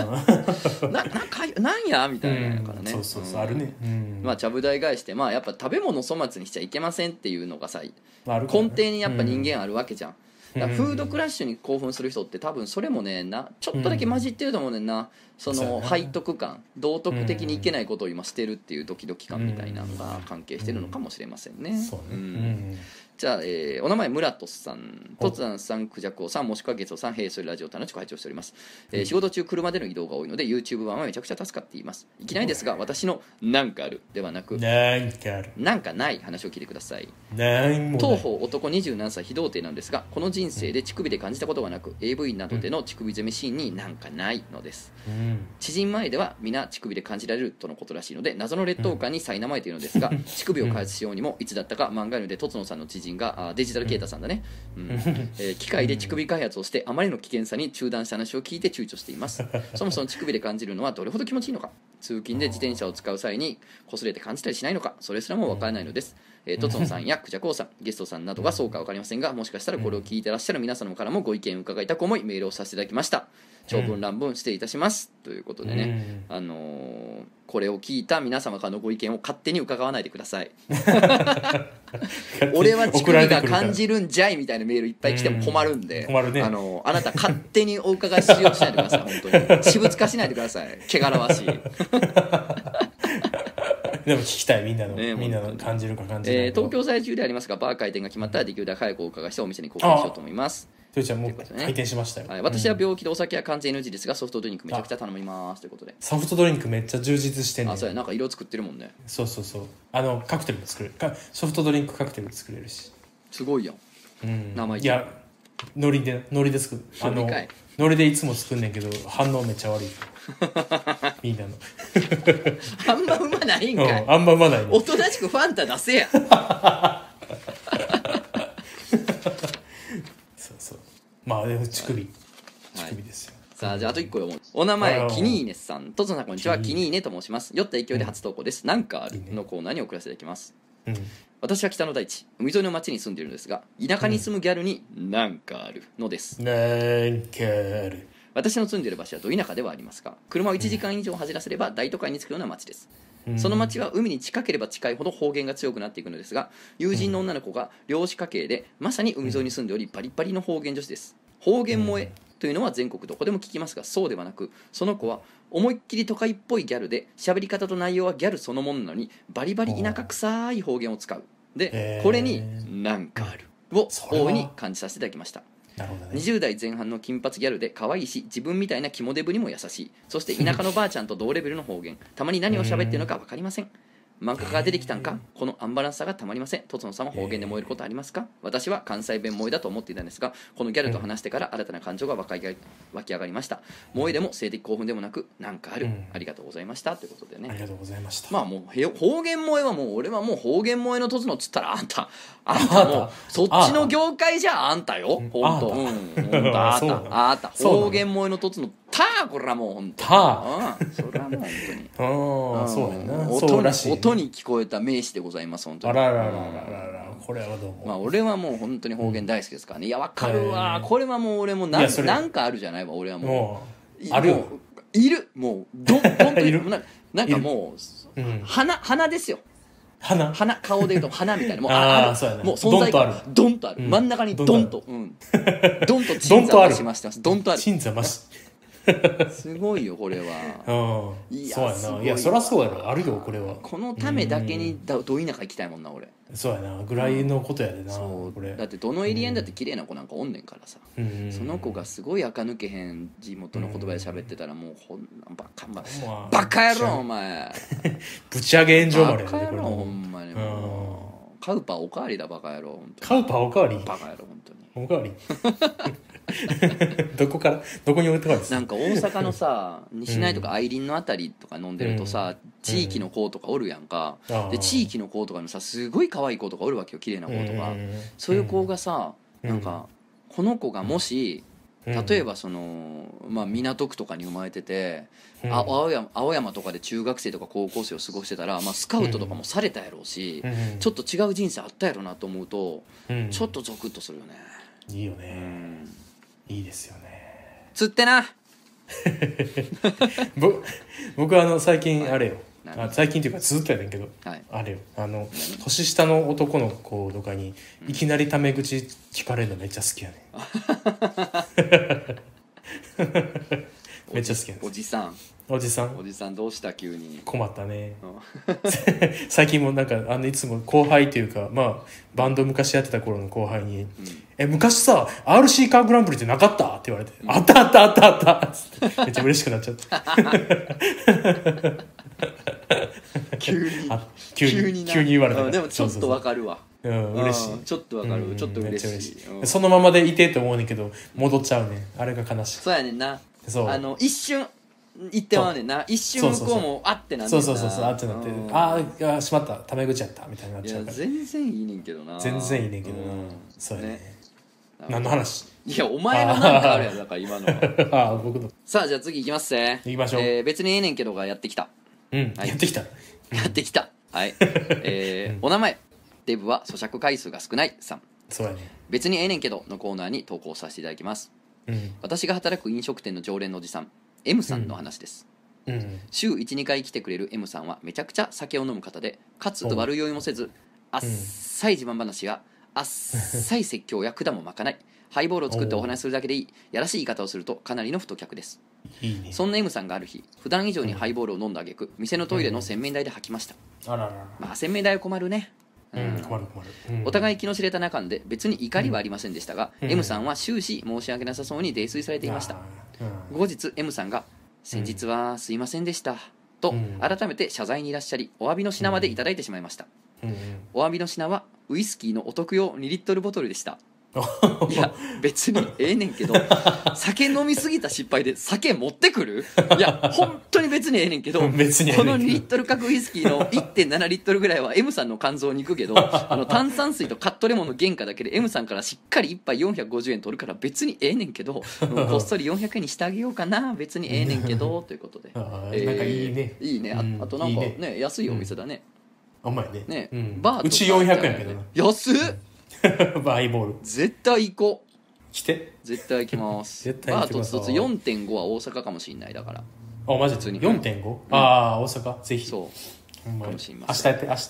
Speaker 1: なんやみたいなからね。
Speaker 2: そうそうそう、あるね。
Speaker 1: まあちゃぶ台返して、まあやっぱ食べ物粗末にしちゃいけませんっていうのがさ根底にやっぱ人間あるわけじゃん。だからフードクラッシュに興奮する人って多分それもねちょっとだけ混じってると思うねんな。その背徳感、道徳的にいけないことを今してるっていうドキドキ感みたいなのが関係してるのかもしれませんね。じゃあ、お名前ムラトスさん、トツアンさん、クジャクオさん、もしくはゲソさん、ヘイソリラジオ楽しく拝聴しております。仕事中車での移動が多いので YouTube 版はめちゃくちゃ助かっています。いきなりですが私のなんかあるではなくなんかない話を聞いてください。当方男27歳非童貞なんですが、この人生で乳首で感じたことがなく AV などでの乳首攻めシーンになんかないのです。知人前では皆乳首で感じられるとのことらしいので謎の劣等感に苛まれているのですが、乳首を開発しようにもいつだったか漫画読んでとつのさんの知人がデジタルケータさんだね、機械で乳首開発をしてあまりの危険さに中断した話を聞いて躊躇しています。そもそも乳首で感じるのはどれほど気持ちいいのか、通勤で自転車を使う際に擦れて感じたりしないのか、それすらもわからないのです。とつのさんやクジャコウさん、ゲストさんなどがそうか分かりませんが、もしかしたらこれを聞いてらっしゃる皆様からもご意見を伺いたく思いメールをさせていただきました。長文乱文失礼いたします、ということでね、これを聞いた皆様からのご意見を勝手に伺わないでください俺は乳首が感じるんじゃいみたいなメールいっぱい来ても困るんで、あなた勝手にお伺いしようとしないでください。本当に私物化しないでください。汚らわしい
Speaker 2: でも聞きたい、みんなの感じるか感じないか。
Speaker 1: 東京在住でありますが、バー開店が決まったらできるだけ早くお伺いしてお店に貢献しようと思います。
Speaker 2: というちゃんもう開店しましたよ。
Speaker 1: 私は病気でお酒は完全 NG ですが、ソフトドリンクめちゃくちゃ頼みますということで。
Speaker 2: ソフトドリンクめっちゃ充実してんねん。
Speaker 1: そうや、なんか色作ってるもんね。
Speaker 2: そうそうそう、カクテルも作れる、ソフトドリンクカクテル作れるし。
Speaker 1: すごいやん、名前。
Speaker 2: いや、ノリで作る。ノリでいつも作んねんけど反応めっちゃ悪いみんなの
Speaker 1: あんまうまないんかい。
Speaker 2: あんまうまない、
Speaker 1: おとなしくファンタ出せや
Speaker 2: そうそう、まあでも乳首ですよ。
Speaker 1: さあ、じゃああと1個読もう。お名前キニーネさん、とつのさんこんにちは、キニーネと申します。酔った勢いで初投稿です。なんかあるのコーナーに送らせていただきます。私は北の大地、海沿いの町に住んでいるのですが、田舎に住むギャルになんかあるのです。
Speaker 2: なんかある。
Speaker 1: 私の住んでいる場所はど田舎ではありますが、車を1時間以上走らせれば大都会に着くような町です。その町は海に近ければ近いほど方言が強くなっていくのですが、友人の女の子が漁師家系でまさに海沿いに住んでおり、バリバリの方言女子です。方言萌えというのは全国どこでも聞きますが、そうではなく、その子は思いっきり都会っぽいギャルで、喋り方と内容はギャルそのものなのにバリバリ田舎臭い方言を使う。で、これになんかあるを大いに感じさせていただきました。20代前半の金髪ギャルで可愛いし、自分みたいな肝デブにも優しい、そして田舎のばあちゃんと同レベルの方言、たまに何を喋ってるのか分かりません。漫画家が出てきたんか、このアンバランスさがたまりません。とつのさんは方言で燃えることありますか？私は関西弁萌えだと思っていたんですが、このギャルと話してから新たな感情が湧き上がりました。萌えでも性的興奮でもなく、なんかある、ありがとうございましたということでね。
Speaker 2: ありがとうございました。
Speaker 1: まあもう方言萌えはもう俺はもう方言萌えのとつのっつったらあんたもうそっちの業界じゃあんたよ、ほんと。あんた方言萌えのとつのこれはもうほんとそれはもう本当に
Speaker 2: そうやな、そうらしい。
Speaker 1: 音に聞こえた名詞でございます、本当に。
Speaker 2: あららららら、これはどうも。
Speaker 1: まあ俺はもう本当に方言大好きですからね。いや、わかるわ。これはもう俺もなんかあるじゃないわ、俺はもう。あるよ。いる。もう、どんといる。なんかもう、鼻ですよ。鼻、顔で言うと鼻みたいな。もう存在感ドンとある。真ん中にドンと。ドンと鎮座増しましてます。ドンとある。
Speaker 2: 鎮座増し。
Speaker 1: すごいよこれは。
Speaker 2: いやそうやな。いやそりゃそうやろ、あるよこれは。
Speaker 1: このためだけにど田舎行きたいもんな俺。
Speaker 2: そうやなぐらいのことやでな、
Speaker 1: そう
Speaker 2: これ
Speaker 1: だってどのエリアにだって綺麗な子なんかおんねんからさ、その子がすごい垢抜けへん地元の言葉で喋ってたらもうほんなんバカ野郎お前
Speaker 2: ぶち上げ炎上まで
Speaker 1: バカ野郎ほんまにもうカウパーおかわりだバカ野郎本当に。
Speaker 2: カウパーおかわり
Speaker 1: バカ野郎本当に
Speaker 2: おかわりどこに置いてかです
Speaker 1: なんか大阪のさ西成とか愛林のあたりとか飲んでるとさ、地域の子とかおるやんか、で地域の子とかにさすごい可愛い子とかおるわけよ綺麗な子とか、そういう子がさなんかこの子がもし例えばその、港区とかに生まれてて、青山とかで中学生とか高校生を過ごしてたら、スカウトとかもされたやろうし、ちょっと違う人生あったやろなと思うと、ちょっとゾクッとするよね。
Speaker 2: いいよね、いいですよね。
Speaker 1: 釣ってな
Speaker 2: 僕最近あれよ、最近っていうかずっとやねんけど、あれよ年下の男の子とかにいきなりタメ口聞かれるのめっちゃ好きやねめっちゃ好きやねおじさんどうした急に困ったね最近もなんかいつも後輩というかバンド昔やってた頃の後輩に昔さ RC カーグランプリってなかったって言われて、あったってめっちゃ嬉しくなっちゃった急に言われた。
Speaker 1: でもちょっとわかるわ。
Speaker 2: 嬉しい。
Speaker 1: ちょっとわかる、ちょっと嬉しい。
Speaker 2: そのままでいてって思うねんけど戻っちゃうね、あれが悲しい。
Speaker 1: そうやねんな。一瞬言ってまうねんな。一瞬向こうもあってなんねんな。
Speaker 2: そうあってなってしまったタメ口やったみたいになっちゃうから。
Speaker 1: 全然いいねんけどな。
Speaker 2: 全然いいねんけどな。そうやね。何の話？
Speaker 1: いやお前のなんかあるやんだから今の
Speaker 2: 僕の。
Speaker 1: さあじゃあ次行きますね。
Speaker 2: 行きましょう。
Speaker 1: 別にええねんけどがやってきた。
Speaker 2: やってきた
Speaker 1: はい、お名前デブは咀嚼回数が少ないさん。
Speaker 2: そうやね。
Speaker 1: 別にええねんけどのコーナーに投稿させていただきます。私が働く飲食店の常連のおじさん M さんの話です。週 1,2 回来てくれる M さんはめちゃくちゃ酒を飲む方で、かつ悪酔いもせずあっさい自慢話やあっさい説教や管もまかないハイボールを作ってお話しするだけでいいやらしい言い方をするとかなりの太客です。
Speaker 2: いいね。
Speaker 1: そんな M さんがある日普段以上にハイボールを飲んだ挙句店のトイレの洗面台で吐きました。洗面台は困るね。
Speaker 2: 困る、
Speaker 1: お互い気の知れた仲で別に怒りはありませんでしたが、M さんは終始申し訳なさそうに泥酔されていました。後日 M さんが先日はすいませんでしたと改めて謝罪にいらっしゃり、お詫びの品までいただいてしまいました。お詫びの品はウイスキーのお得用2リットルボトルでした。いや別にええねんけど酒飲みすぎた失敗で酒持ってくる？いや本当に別にええねんけどこの2リットル角ウイスキーの 1.7 リットルぐらいは M さんの肝臓に行くけど炭酸水とカットレモンの原価だけで M さんからしっかり1杯450円取るから別にええねんけどこっそり400円にしてあげようかな、別にええねんけどということで、
Speaker 2: なんかいいね。
Speaker 1: いいね。あとなんかね安いお店だね。
Speaker 2: あんまり
Speaker 1: ね
Speaker 2: バーとかうち400円やけどな。
Speaker 1: 安っ
Speaker 2: バイボール
Speaker 1: 絶対行こう。
Speaker 2: 来て
Speaker 1: 絶対行きます
Speaker 2: 絶対行ってください。
Speaker 1: バーと1つ 4.5 は大阪かもしれない。だから
Speaker 2: マジで 4.5？ ああ大阪ぜひ
Speaker 1: そうかもしれま
Speaker 2: 明日やって明日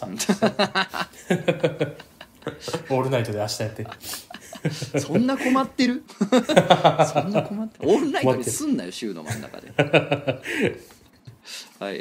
Speaker 2: オールナイトで明日やって
Speaker 1: そんな困ってるオールナイトにすんなよ週の真ん中ではい、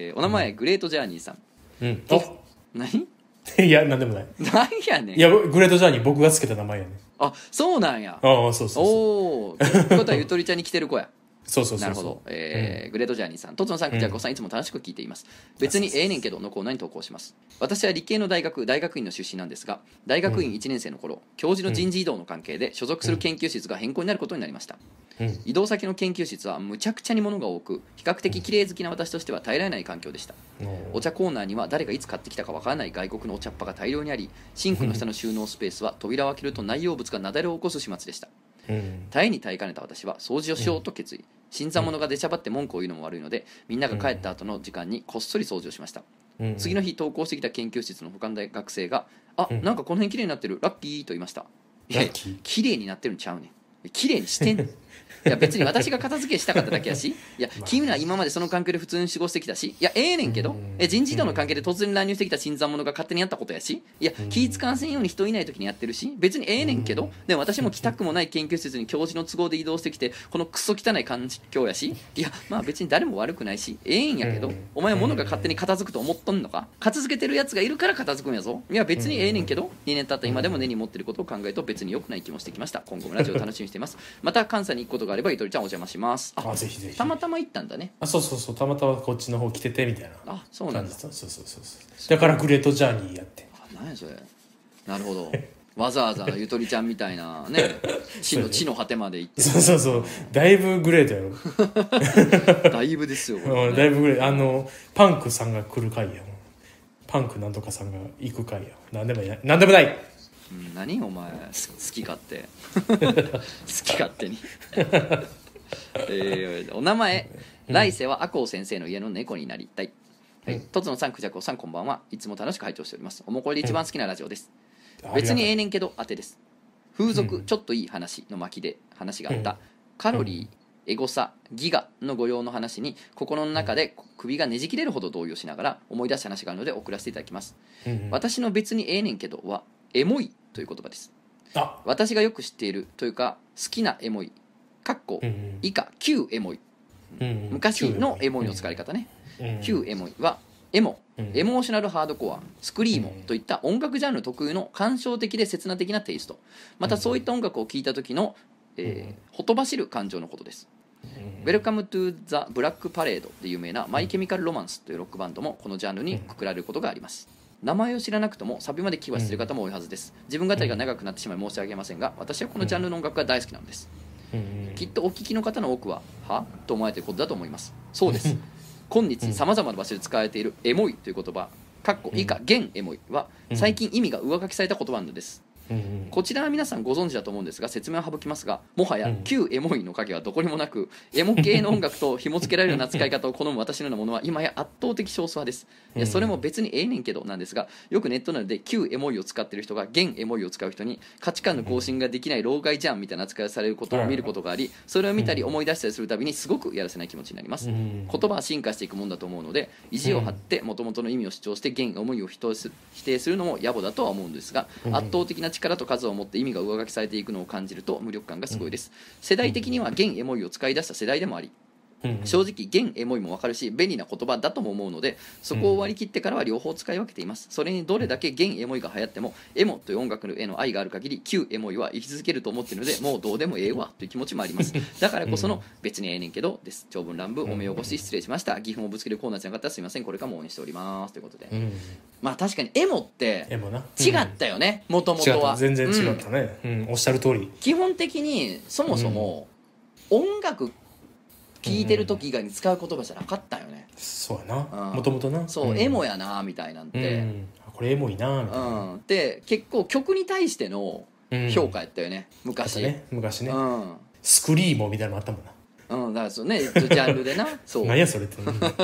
Speaker 1: お名前、グレートジャーニーさん。何
Speaker 2: いやなんでもない。
Speaker 1: なんやねん。
Speaker 2: いやグレートジャーニー僕がつけた名前やね。
Speaker 1: あそうなんや。
Speaker 2: そう
Speaker 1: おおということはゆとりちゃんに来てる子や。
Speaker 2: そう
Speaker 1: なるほど。グレートジャーニーさん、とつのさん、くちゃこさん、いつも楽しく聞いています。別にええねんけどのコーナーに投稿します。私は理系の大学院の出身なんですが、大学院1年生の頃、教授の人事異動の関係で所属する研究室が変更になることになりました。移動先の研究室はむちゃくちゃに物が多く、比較的綺麗好きな私としては耐えられない環境でした。お茶コーナーには誰がいつ買ってきたかわからない外国のお茶っ葉が大量にあり、シンクの下の収納スペースは扉を開けると内容物が雪崩を起こす始末でした。耐えに耐えかねた私は掃除をしようと決意。新参者が出しゃばって文句を言うのも悪いので、みんなが帰った後の時間にこっそり掃除をしました。次の日登校してきた研究室の他の学生がなんかこの辺綺麗になってるラッキーと言いました。いや綺麗になってるんちゃうねん、綺麗にしてんいや別に私が片付けしたかっただけやし、いや君ら今までその関係で普通に過ごしてきたし、いやええねんけど、人事異動の関係で突然乱入してきた新参者が勝手にやったことやし、いや気使わせんように人いない時にやってるし、別にええねんけど、でも私も来たくもない研究施設に教授の都合で移動してきてこのクソ汚い環境やし、いやまあ別に誰も悪くないしええんやけど、お前物が勝手に片付くと思っとんのか、片付けてるやつがいるから片付くんやぞ。いや別にええねんけど、2年経った今でも根に持ってることを考えると別に良くない気もしてきました。今後もラジオ楽しみにしています。また関西に行くことがあればゆとりちゃんお邪魔します。
Speaker 2: あ、ぜひぜひ。
Speaker 1: たまたま行ったんだね。
Speaker 2: そうたまたまこっちの方来ててみたいな。
Speaker 1: あ、そうなんだ。
Speaker 2: そうだからグレートジャーニーやって。
Speaker 1: あ、何やそれ。なるほど。わざわざゆとりちゃんみたいなね、地の果てまで行って。
Speaker 2: そうだいぶグレートやろ。
Speaker 1: だいぶですよ、
Speaker 2: ね、だいぶグレート。パンクさんが来る回や。パンクなんとかさんが行く回や。なんでもない。
Speaker 1: 何お前好き勝手好き勝手にお名前、来世は阿光先生の家の猫になりたい。はい、とつのさん、くじゃこさん、こんばんは。いつも楽しく拝聴しております。おもこれで一番好きなラジオです。別にええねんけど当てです。風俗、ちょっといい話の巻で話があった、カロリー、エゴサ、ギガの御用の話に心の中で首がねじ切れるほど動揺しながら思い出した話があるので送らせていただきます。私の別にええねんけどはエモいという言葉です。私がよく知っているというか好きなエモい以下旧エモい、昔のエモいの使い方ね。旧エモいはエモーショナルハードコア、スクリーモといった音楽ジャンル特有の感傷的で刹那的なテイスト、またそういった音楽を聴いた時の、ほとばしる感情のことです。Welcome to the Black Parade で有名なマイケミカルロマンスというロックバンドもこのジャンルにくくられることがあります。名前を知らなくともサビまで聞きはしている方も多いはずです。自分語りが長くなってしまい申し訳ありませんが、私はこのジャンルの音楽が大好きなのです。きっとお聞きの方の多くははと思われていることだと思います。そうです。今日さまざまな場所で使われているエモいという言葉以下現エモいは最近意味が上書きされた言葉なのです。こちらは皆さんご存知だと思うんですが説明を省きますが、もはや旧エモいの影はどこにもなく、エモ系の音楽と紐付けられるような使い方を好む私のようなものは今や圧倒的少数派です。いやそれも別にええねんけどなんですが、よくネットなどで旧エモいを使っている人が現エモいを使う人に価値観の更新ができない老害じゃんみたいな扱いをされることを見ることがあり、それを見たり思い出したりするたびにすごくやらせない気持ちになります。言葉は進化していくもんだと思うので、意地を張って元々の意味を主張して現エモいを否定するのも野暮だとは思うんですが、圧倒的な力と数を持って意味が上書きされていくのを感じると無力感がすごいです。世代的には現エモいを使い出した世代でもあり、正直現エモいも分かるし便利な言葉だとも思うので、そこを割り切ってからは両方使い分けています。それにどれだけ現エモいが流行ってもエモという音楽への愛がある限り旧エモいは生き続けると思っているので、もうどうでもええわという気持ちもあります。だからこその別にええねんけどです。長文乱文お目汚し失礼しました。義憤をぶつけるコーナーじゃなかったらすみません。これからも応援しておりますということで、まあ確かにエモって違ったよね。もともとは
Speaker 2: 全然違ったね、おっしゃる通り。
Speaker 1: 基本的にそもそも音楽聞いてる時以外に使う言葉じゃなかったよね。
Speaker 2: そうやな、もともとな。
Speaker 1: そう、エモやなみたいなんて、
Speaker 2: これエモいなみたいな、
Speaker 1: で結構曲に対しての評価やったよね、昔ね。
Speaker 2: スクリーモみたいなのもあったもんな。
Speaker 1: だからそうね、ジャンルでな。そう
Speaker 2: 何やそれって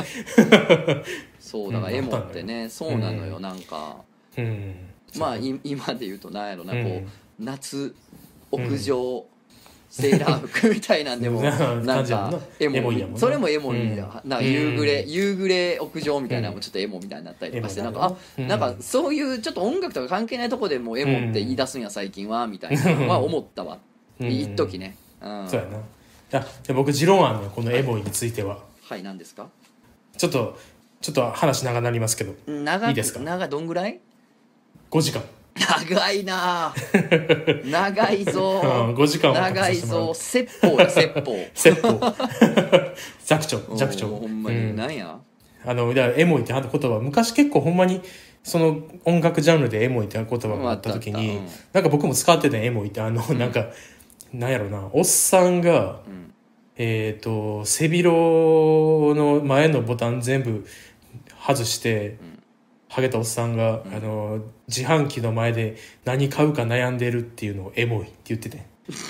Speaker 1: そうだからエモってね、そうなのよ。なんかまあ今で言うとなんやろな、こう夏屋上セーラー服みたいなんでもなんかエモい、それもエモいだ、なんか夕暮れ屋上みたいなのもちょっとエモみたいになったりとかして、なんかなんかそういうちょっと音楽とか関係ないとこでもエモって言い出すんや最近はみたいなのは思ったわ、一時ね。
Speaker 2: そうやな。で僕持論あんねん、このエモいについては。
Speaker 1: はい、何ですか？
Speaker 2: ちょっと話長なりますけどいいですか？
Speaker 1: どんぐらい
Speaker 2: ？5時間。
Speaker 1: 長いな長いぞ
Speaker 2: 5時間は
Speaker 1: 長いぞ。説法や説法
Speaker 2: 寂聴
Speaker 1: ほんまに何や、
Speaker 2: エモいって言葉昔結構ほんまにその音楽ジャンルでエモいって言葉があった時に、なんか僕も使ってたエモいってなんかなんやろな、おっさんが背広の前のボタン全部外してハゲたおっさんが、自販機の前で何買うか悩んでるっていうのをエモいって言ってて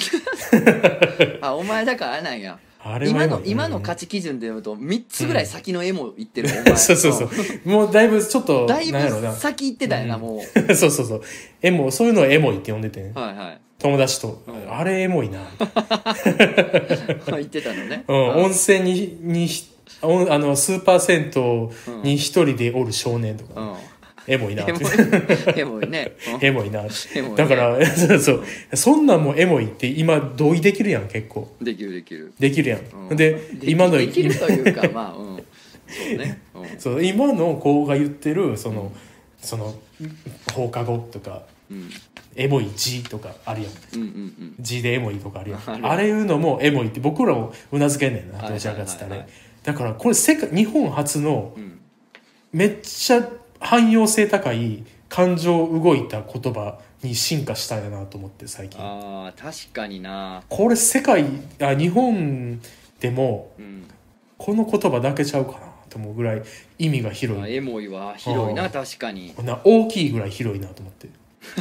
Speaker 1: お前だからあれなんや、
Speaker 2: あれ
Speaker 1: 今の価値基準で言うと3つぐらい先のエモ言ってる、お前
Speaker 2: そうもうだいぶちょっと
Speaker 1: だいぶ先行ってたよな、も
Speaker 2: うそうエモ、そういうのをエモいって呼んでて、 友達と、あれエモいな
Speaker 1: 言ってたのね、
Speaker 2: 温泉にスーパー銭湯に一人でおる少年とか、エモいなって
Speaker 1: エモいね、
Speaker 2: エモいなってだからそんなんもエモいって今同意できるやん。結構
Speaker 1: できる
Speaker 2: やん、で今の
Speaker 1: できるというかまあそうね、
Speaker 2: そう今の子が言ってるその放課後とか、エモい字とかあるやん、字でエモいとかあるやん、あれいうのもエモいって僕らもうなずけんねんな、どちらかっつったらね。だからこれ日本初のめっちゃ汎用性高い感情動いた言葉に進化したんやなと思って最近。
Speaker 1: 確かにな。こ
Speaker 2: れ日本でもこの言葉だけちゃうかなと思うぐらい意味が広い。
Speaker 1: エモいは広いな、確かに
Speaker 2: 大きいぐらい広いなと思って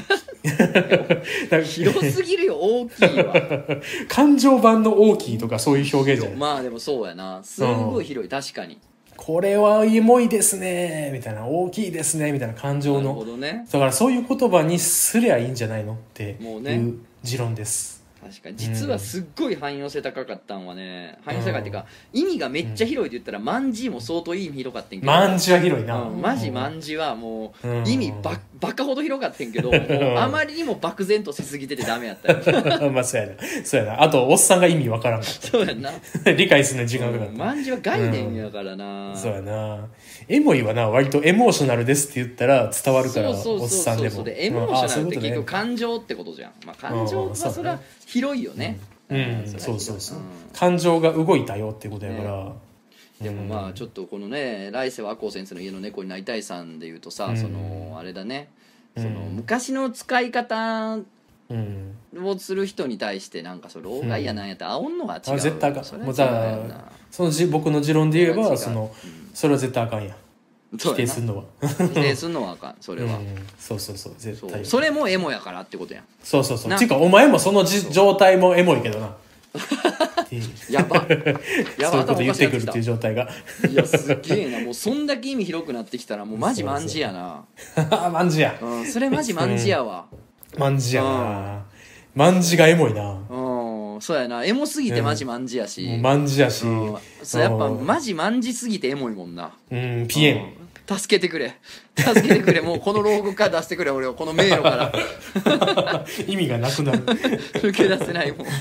Speaker 1: 広すぎるよ、大きいは
Speaker 2: 感情版の大きいとかそういう表現じゃない。
Speaker 1: まあでもそうやな、すごい広い、確かに。
Speaker 2: これはエモいですねみたいな、大きいですねみたいな感情の、
Speaker 1: なるほどね、
Speaker 2: だからそういう言葉にすりゃいいんじゃないのっていう持論です。
Speaker 1: 確かに実はすっごい汎用性高かったんはね、汎用性高いっていうか意味がめっちゃ広いって言ったら、万字も相当意味広かったんけど、
Speaker 2: 万字は広いな、
Speaker 1: マジ万字はもう意味バカほど広かったんけど、もうあまりにも漠然としすぎててダメやったよ
Speaker 2: まあそうやな。あとおっさんが意味わからんかった
Speaker 1: そうやな
Speaker 2: 理解するのに時間かかった。
Speaker 1: 万字は概念やからな、
Speaker 2: そうやな。エモいはな、割とエモーショナルですって言ったら伝わるから、おっさんでも。
Speaker 1: エモーショナルって結局感情ってことじゃん。まあ感情はそれは広いよね。
Speaker 2: そう、感情が動いたよっていうことやから、
Speaker 1: でもまあちょっとこのね、来世は赤穂先生の家の猫になりたいさんでいうとさ、そのあれだね、その昔の使い方をする人に対してなんかそれ老害やなんやって煽んのが違う。
Speaker 2: 絶対あかん。もう僕の持論で言えばそれは絶対あかんや。否定するのは
Speaker 1: 否定するのはあかん、それは。
Speaker 2: そう絶対
Speaker 1: それもエモやからってことやん。
Speaker 2: そうっていうかお前もその状態もエモいけどな
Speaker 1: やば
Speaker 2: そういうこと言ってくるっていう状態が
Speaker 1: いやすげえな、もうそんだけ意味広くなってきたらもうマジマンジやな。
Speaker 2: マンジや、
Speaker 1: それマジマンジやわ。
Speaker 2: マンジやな。マンジがエモいな。
Speaker 1: そうやな、エモすぎてマジマンジやし、
Speaker 2: マンジやし、
Speaker 1: そうやっぱマジマンジすぎてエモいもんな。
Speaker 2: ピエン
Speaker 1: 助けてくれもうこの牢獄から出してくれ、俺をこの迷路から
Speaker 2: 意味がなくなる
Speaker 1: 抜け出せないもん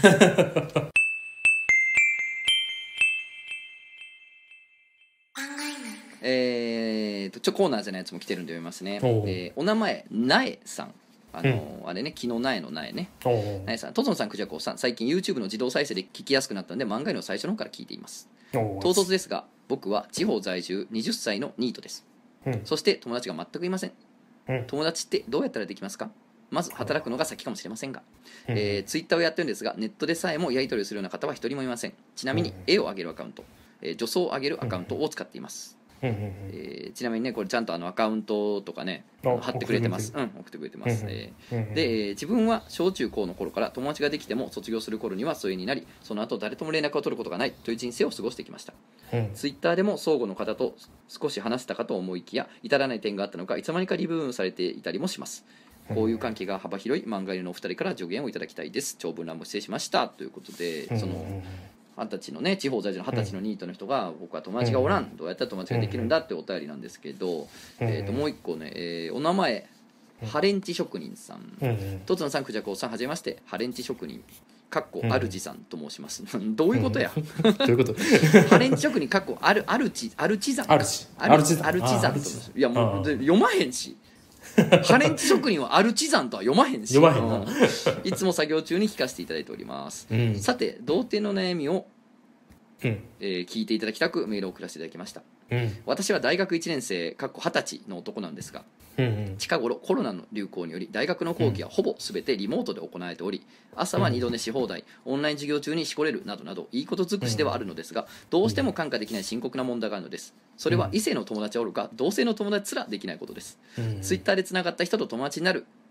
Speaker 1: コーナーじゃないやつも来てるんで読みますね。お名前なえさん、あれね、昨日苗の苗ね。苗さん、とつのさん、くじゃこさん、最近 YouTube の自動再生で聞きやすくなったんで漫画の最初の方から聞いています。唐突ですが僕は地方在住20歳のニートです。そして友達が全くいません。友達ってどうやったらできますか？まず働くのが先かもしれませんが、ツイッターをやってるんですがネットでさえもやり取りをするような方は一人もいません。ちなみに絵を上げるアカウント、女装を上げるアカウントを使っています。ちなみにね、これちゃんとアカウントとかね貼ってくれてます。送ってくれてます。で、自分は小中高の頃から友達ができても卒業する頃には疎遠になり、その後誰とも連絡を取ることがないという人生を過ごしてきました。ツイッターでも相互の方と少し話したかと思いきや至らない点があったのか、いつの間にかリブーンされていたりもします。こういう関係が幅広い漫画家のお二人から助言をいただきたいです。長文乱文失礼しましたということで、その20歳のね、地方在住の20歳のニートの人が、僕は友達がおらん、どうやったら友達ができるんだってお便りなんですけど、もう一個ね、お名前ハレンチ職人さん、とつのさん、くじゃこさん、はじめまして。ハレンチ職人かっこ主さんと申します。どういうことや、
Speaker 2: どういうこと
Speaker 1: ハレンチ職人かっこアルチザンいやもう読まへんしハレンチ職人はアルチザンとは読まへんし、いつも作業中に聞かせていただいております。さて、童貞の悩みを、聞いていただきたくメールを送らせていただきました。私は大学1年生かっこ20歳の男なんですが、近頃コロナの流行により大学の講義はほぼ全てリモートで行われており、朝は二度寝し放題、オンライン授業中にしこれるなどなどいいこと尽くしではあるのですが、どうしても看過できない深刻な問題があるのです。それは異性の友達はおるか同性の友達すらできないことです。ツイッターでつながった人と友達になる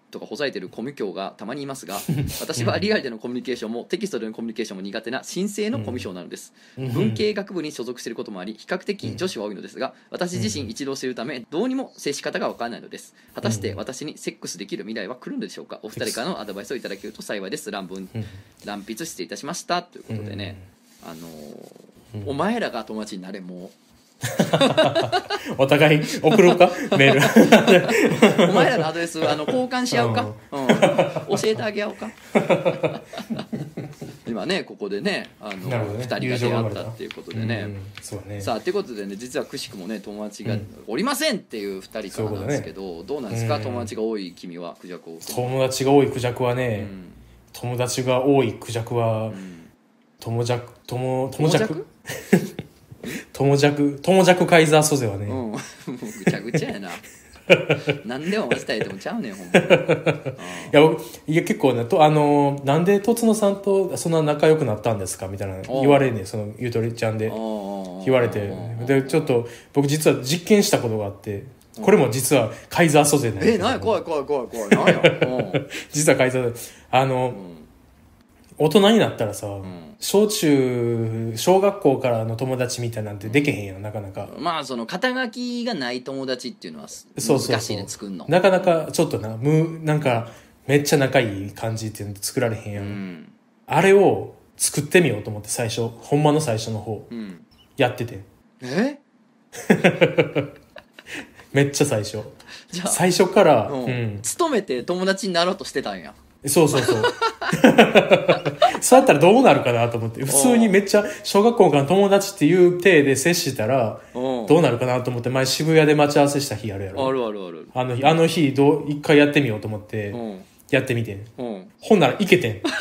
Speaker 1: とかほざいてるコミュ教がたまにいますが、私はリアルでのコミュニケーションもテキストでのコミュニケーションも苦手な新生のコミュ障なのです。文系学部に所属していることもあり比較的女子は多いのですが、私自身一浪しているためどうにも接し方が分からないのです。果たして私にセックスできる未来は来るのでしょうか。お二人からのアドバイスをいただけると幸いです。乱筆失礼いたしましたということでね、お前らが友達になれ。もう
Speaker 2: お互い送ろうかメール
Speaker 1: お前らのアドレス交換し合うか、教えてあげようか今ねここでね2人が出会ったっていうことでね、さあということでね、実はくしくもね友達がおりませんっていう2人からなんですけど、どうなんですか、友達が多い君はクジャクを。
Speaker 2: 友達が多いクジャクはね、友達が多いクジャクは友弱カイザーソゼはね、
Speaker 1: もうぐちゃぐちゃやな何でも伝えてもちゃうねんほんま
Speaker 2: いや結構ねなんでとつのさんとそんな仲良くなったんですかみたいな言われんねん、そのゆとりちゃんで言われて、でちょっと僕実は実験したことがあって、これも実はカイザーソゼなんです。
Speaker 1: 何や怖い何や
Speaker 2: 実はカイザー大人になったらさ、小学校からの友達みたいなんてできへんやん、なかなか。
Speaker 1: まあその肩書きがない友達っていうのは難しいね、作るの。
Speaker 2: なかなかちょっとなんかめっちゃ仲いい感じっていうの作られへんやん、あれを作ってみようと思ってほんまの最初の方、やっててめっちゃ最初
Speaker 1: じゃあ
Speaker 2: 最初から、
Speaker 1: 勤めて友達になろうとしてたんや。
Speaker 2: そうそうやったらどうなるかなと思って、普通にめっちゃ小学校からの友達っていう体で接したらどうなるかなと思って、前渋谷で待ち合わせした日あるやろ。
Speaker 1: ある
Speaker 2: あの日一回やってみようと思ってやってみてん、ほんならいけてん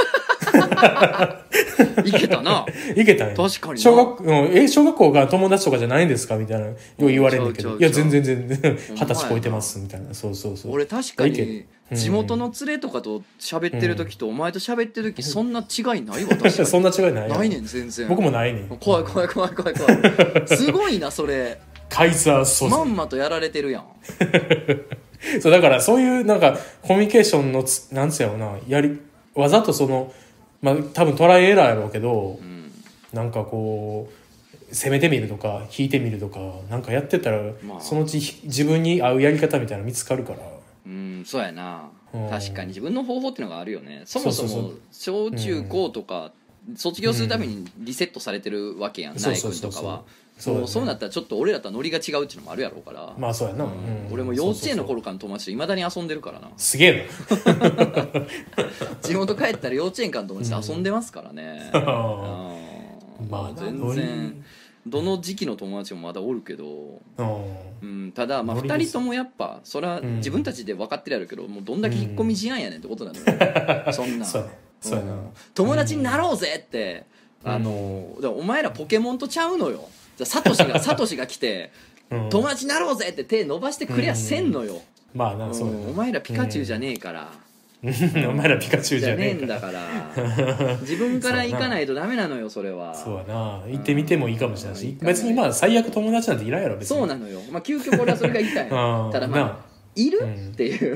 Speaker 1: いけたな。
Speaker 2: いけたんや。
Speaker 1: 確かにな。
Speaker 2: 小学校が友達とかじゃないんですかみたいなよう言われるんだけど、いや全然20歳超えてますみたいな。そう
Speaker 1: 俺確かに地元の連れとかと喋ってる時とお前と喋ってる時そんな違いないわ。確かに
Speaker 2: そんな違いない
Speaker 1: ないねん全然。
Speaker 2: 僕もないねん。
Speaker 1: 怖いすごいなそれ。
Speaker 2: カイザーソゼ
Speaker 1: まんまとやられてるやん
Speaker 2: そうだからそういうなんかコミュニケーションのなんつうやろな、わざとその多分トライエラーやろうけど、なんかこう攻めてみるとか引いてみるとかなんかやってたら、そのうち自分に合うやり方みたいなの見つかるから。
Speaker 1: そうやな、確かに自分の方法っていうのがあるよね。そもそも小中高とか卒業するためにリセットされてるわけやん、内君とかは。そうなったらちょっと俺らとはノリが違うっていうのもあるやろうから。
Speaker 2: まあそうやな、
Speaker 1: 俺も幼稚園の頃からの友達といまだに遊んでるからな。
Speaker 2: すげえな
Speaker 1: 地元帰ったら幼稚園からの友達と遊んでますからね、まあ全然どの時期の友達もまだおるけど、ただ2人ともやっぱそれは自分たちで分かってるやるけど、もうどんだけ引っ込み思案やねんってことなのよ、そんな友達になろうぜって、お前らポケモンとちゃうのよ。サトシが来て友達になろうぜって手伸ばしてくれやせんのよ。
Speaker 2: まあな、そう
Speaker 1: お前らピカチュウじゃねえから
Speaker 2: お前らピカチュウじゃね
Speaker 1: えんだから自分から行かないとダメなのよそれは。
Speaker 2: そうやな、行ってみてもいいかもしれないし、別に最悪友達なんていらんやろ別に。
Speaker 1: そうなのよ、究極俺はそれが言いたいのただいる、っていう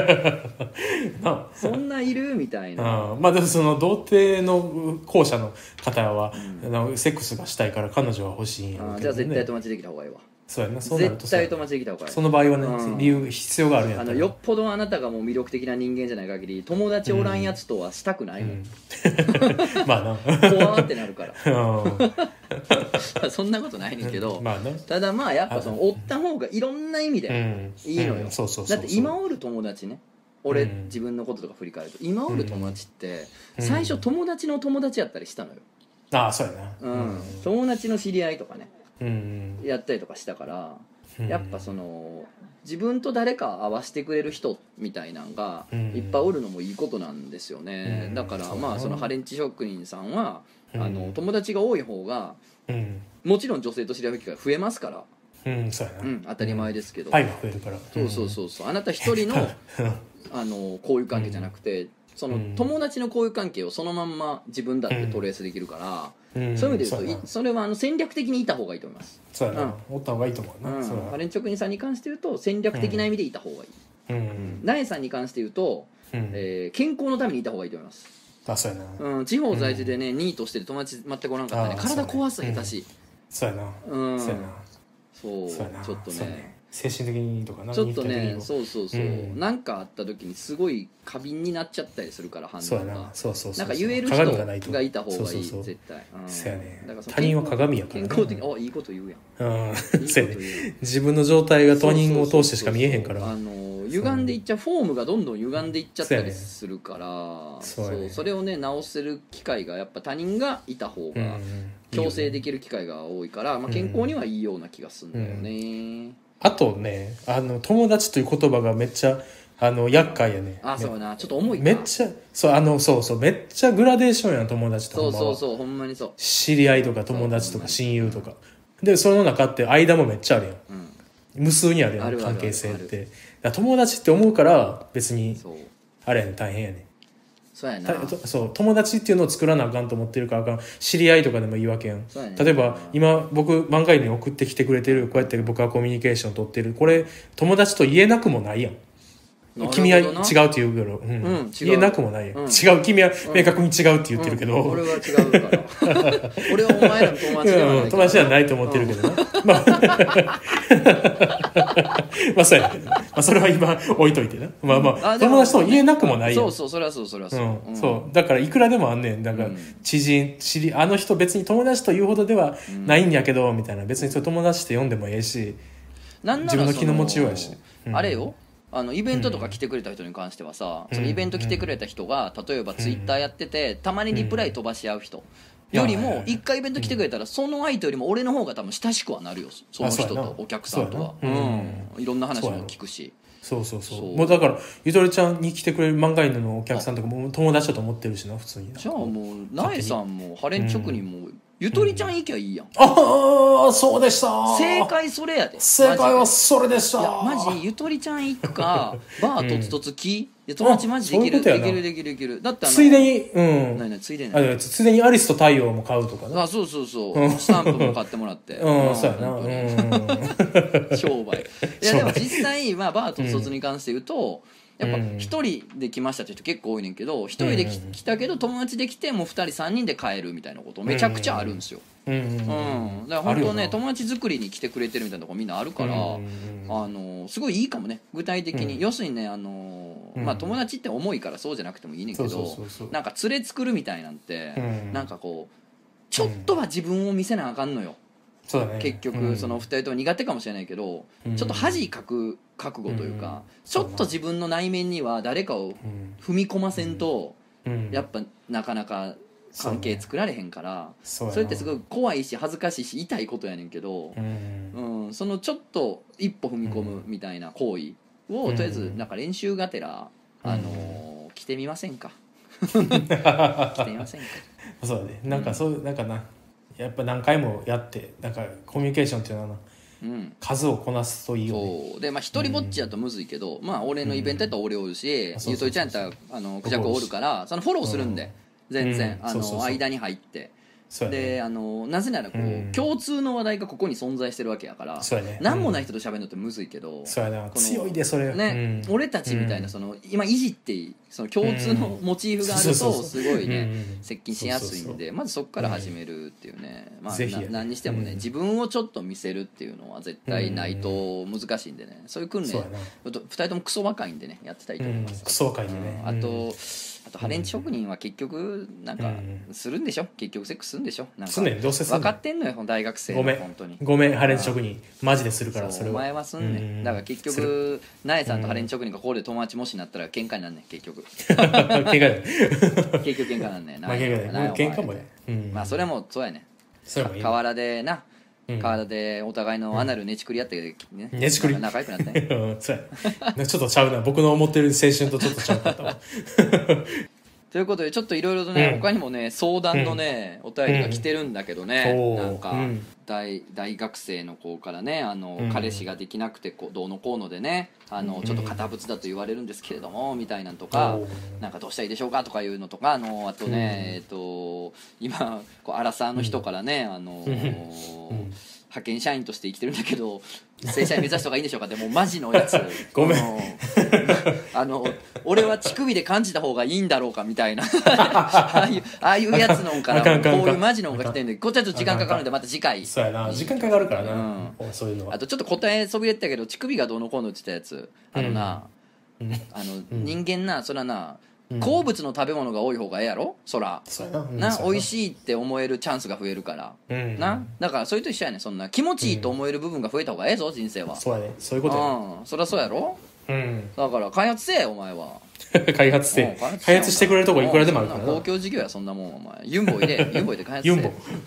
Speaker 1: そんないるみたいな。
Speaker 2: でもその童貞の後者の方は、セックスがしたいから彼女は欲しいんやろうけど、
Speaker 1: じゃあ絶対友達できた方がいいわ。
Speaker 2: そうやな、そうなると
Speaker 1: 絶対友達できた方がいい。
Speaker 2: その場合はね、理由必要があるんやったら
Speaker 1: よっぽどあなたがもう魅力的な人間じゃない限り友達おらんやつとはしたくないもん、
Speaker 2: まあな
Speaker 1: 怖ってなるからそんなことないねんけど、ただやっぱ追った方がいろんな意味でいいのよ。だって今おる友達ね、俺自分のこととか振り返ると今おる友達って最初友達の友達やったりしたのよ。
Speaker 2: ああそうやな、
Speaker 1: 友達の知り合いとかね、やったりとかしたから、やっぱ自分と誰か合わせてくれる人みたいなんがいっぱいおるのもいいことなんですよね、だからそのハレンチ職人さんは友達が多い方がもちろん女性と知り合う機会増えますから、
Speaker 2: そうやな、
Speaker 1: 当たり前ですけど、
Speaker 2: パイが増えるから、
Speaker 1: そうあなた一人の交友関係じゃなくて、その友達の交友関係をそのまんま自分だってトレースできるから、そういう意味で言うとそれは戦略的にいた方がいいと思います。
Speaker 2: そうやな、おった方がいいと思うな。
Speaker 1: ハレンチ職人さんに関して言うと戦略的な意味でいた方がいい。 ナエさんに関して言うと、健康のためにいた方がいいと思います。
Speaker 2: そうやな、
Speaker 1: 地方在住でね、ニートしてる友達全くおらんかったらね、体壊す下手し、
Speaker 2: そうやな、そうやな、
Speaker 1: そうちょっとね
Speaker 2: 精神的にとかな、
Speaker 1: ちょっとね、そうなんかあった時にすごい過敏になっちゃったりするから、反応がなんか言える人がいた方がいい、絶対。
Speaker 2: そうやね、他人は鏡やから
Speaker 1: 健康的にいいこと言うやん。
Speaker 2: そうやね、自分の状態が他人を通してしか見えへんから、
Speaker 1: 歪んでいっちゃう、フォームがどんどん歪んでいっちゃったりするから、それをね直せる機会がやっぱ他人がいた方が矯正できる機会が多いから、健康にはいいような気がするんだよね。
Speaker 2: あとね、友達という言葉がめっちゃ厄介やね。
Speaker 1: そうな、ちょっと重いか。
Speaker 2: めっちゃそうめっちゃグラデーションやん、友達と。
Speaker 1: そうほんまにそう。
Speaker 2: 知り合いとか友達とか親友とかで、その中って間もめっちゃあるやん、無数にあるやん、関係性って。友達って思うから別にあれやねん、大変やねん。
Speaker 1: そうやな。
Speaker 2: 友達っていうのを作らなあかんと思ってるからあかん。知り合いとかでもいいわけやん。例えば今僕漫画に送ってきてくれてる、こうやって僕はコミュニケーション取ってる、これ友達と言えなくもないやん。君は違うって言うけど、言えなくもないやん。違う、君は明確に違うって言ってるけど、
Speaker 1: 俺は違うから俺はお前らの友達ではない、
Speaker 2: 友達じゃないと思ってるけどな。そうやけど、それは今置いといてな。友達と言えなくもないやん。
Speaker 1: それはそう
Speaker 2: そうだからいくらでもあんねん。だからあの人別に友達というほどではないんやけどみたいな、別にそれ友達って呼んでもええし、自分の気の持ちようやし、
Speaker 1: あれよ、イベントとか来てくれた人に関してはさ、そのイベント来てくれた人が例えばツイッターやっててたまにリプライ飛ばし合う人よりも、一回イベント来てくれたらその相手よりも俺の方が多分親しくはなるよ、その人とお客さんとは。いろんな話も聞くし。
Speaker 2: もうだからゆとりちゃんに来てくれる漫画犬のお客さんとかも友達だと思ってるしな、普通に。
Speaker 1: じゃあもうなえさんもハレン職人もゆとりちゃん行きゃいいやん。
Speaker 2: そうでした。
Speaker 1: 正解それやで。
Speaker 2: 正解はそれでした。
Speaker 1: いやマジゆとりちゃん行くかバーとつとつき、友達マジできるできる。だって
Speaker 2: ついでに
Speaker 1: ついで
Speaker 2: にアリスと太陽も買うとかな。
Speaker 1: そうスタンプも買ってもらって
Speaker 2: そうやな、
Speaker 1: 商売。いやでも実際バーとつとつに関して言うとやっぱ一人で来ましたって人結構多いねんけど、一人で来たけど友達で来てもう2人3人で帰るみたいなことめちゃくちゃあるんですよ。だから本当ね、友達作りに来てくれてるみたいなとこみんなあるから、すごいいいかもね、具体的に。要するにね、友達って重いからそうじゃなくてもいいねんけど、なんか連れ作るみたいなんて、なんかこうちょっとは自分を見せなあかんのよ。結局その2人とも苦手かもしれないけど、ちょっと恥かく覚悟というか、ちょっと自分の内面には誰かを踏み込ませんとやっぱなかなか関係作られへんから、それってすごい怖いし恥ずかしいし痛いことやねんけど、そのちょっと一歩踏み込むみたいな行為をとりあえずなんか練習がてら来てみませんか来てみませんか。
Speaker 2: そうだね、なんかそうなんかな、やっぱ何回もやってなんかコミュニケーションっていうのは数をこなすといいよね。
Speaker 1: そうで一人ぼっちやとむずいけど、俺のイベントやったら俺おるし、ゆとりちゃんやったらクジャクおるから、そのフォローするんで全然間に入って。でなぜならこう共通の話題がここに存在してるわけやから、何もない人と喋るのってむずいけど、
Speaker 2: 強いでそれ
Speaker 1: ね、俺たちみたいなその今いじっていいその共通のモチーフがあるとすごいね接近しやすいんで、まずそこから始めるっていうね。何にしてもね、自分をちょっと見せるっていうのは絶対ないと難しいんでね、そういう訓練2人ともクソ若いんでねやってたいと思います。
Speaker 2: クソ若いんでね。
Speaker 1: あとハレンチ職人は結局なんかするんでしょ、結局セックスするんでしょ、なんか
Speaker 2: どうせ
Speaker 1: 分かってんのよ大学生の。
Speaker 2: ごめんハレンチ職人マジでするから。それ
Speaker 1: お前はすんねん。だから結局なえさんとハレンチ職人がここで友達もしなったら喧嘩になんねん結局。結局喧嘩なんねん。
Speaker 2: 喧嘩もね。
Speaker 1: それもそうやねん。河原でお互いのアナルねちくりやってね、仲良くなったね。
Speaker 2: そうやちょっとちゃうな、僕の思ってる青春とちょっとちゃうかったわ。
Speaker 1: ということでちょっといろいろとね、他にもね相談のねお便りが来てるんだけどね、なんか大学生の子からね、彼氏ができなくてどうのこうのでね、ちょっと堅物だと言われるんですけれどもみたいなんとか、なんかどうしたらいいでしょうかとかいうのとか、あとね今アラサーの人からね派遣社員として生きてるんだけど正社員目指した方がいいんでしょうかってもうマジのやつ
Speaker 2: ごめん
Speaker 1: 俺は乳首で感じた方がいいんだろうかみたいなああいうやつのんからこういうマジのんが来てるんでこっちはちょっと時間かかるんでまた次回
Speaker 2: そうやな時間かかるからな、そういうのは
Speaker 1: あとちょっと答えそびれてたけど乳首がどうのこうのって言ったやつ人間なそらな好物の食べ物が多い方がええやろそらな美味しいって思えるチャンスが増えるからなだからそれと一緒やねんそんな気持ちいいと思える部分が増えた方がええぞ人生は
Speaker 2: そうやねそういうことや
Speaker 1: そりゃそうやろだから開発せえお前は
Speaker 2: 開発してくれるとこいくらでもあるからな
Speaker 1: 公共事業やそんなもんお前ユンボ入れユンボ入れ開発せえ
Speaker 2: ユンボ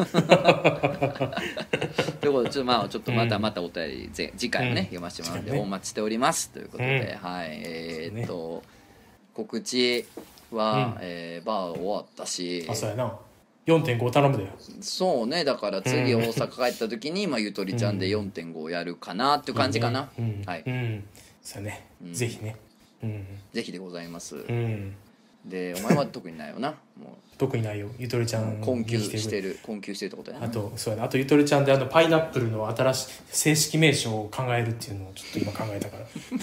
Speaker 1: ということでちょっとまたお便り次回もね読ませてもらうんでお待ちしておりますということではい告知はバー終わったし
Speaker 2: そうやな4.5 頼むだよ
Speaker 1: そうねだから次大阪帰った時にゆとりちゃんで 4.5 やるかなっていう感じかなはい
Speaker 2: そうやねぜひね
Speaker 1: ぜひでございますでお前は特にないよなもう
Speaker 2: 特にないよゆとりちゃん
Speaker 1: 困窮してるってことやな
Speaker 2: そうやなあとゆとりちゃんでパイナップルの新しい正式名称を考えるっていうのをちょっと今考えた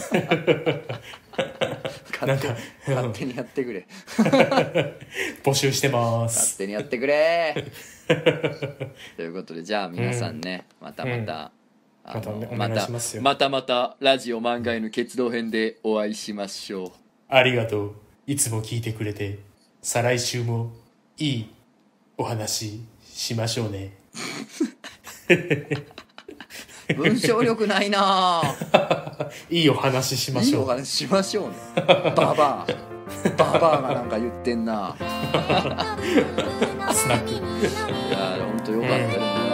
Speaker 2: から
Speaker 1: 勝手にやってくれ
Speaker 2: 募集してます
Speaker 1: 勝手にやってくれということでじゃあ皆さんねまたラジオ漫画への決動編でお会いしましょう
Speaker 2: ありがとういつも聞いてくれて再来週もいいお話しましょうね
Speaker 1: 文章力ないない
Speaker 2: いお話しましょう
Speaker 1: いいお話しましょうねババアがなんか言ってんな
Speaker 2: スナック
Speaker 1: いやほんとよかったね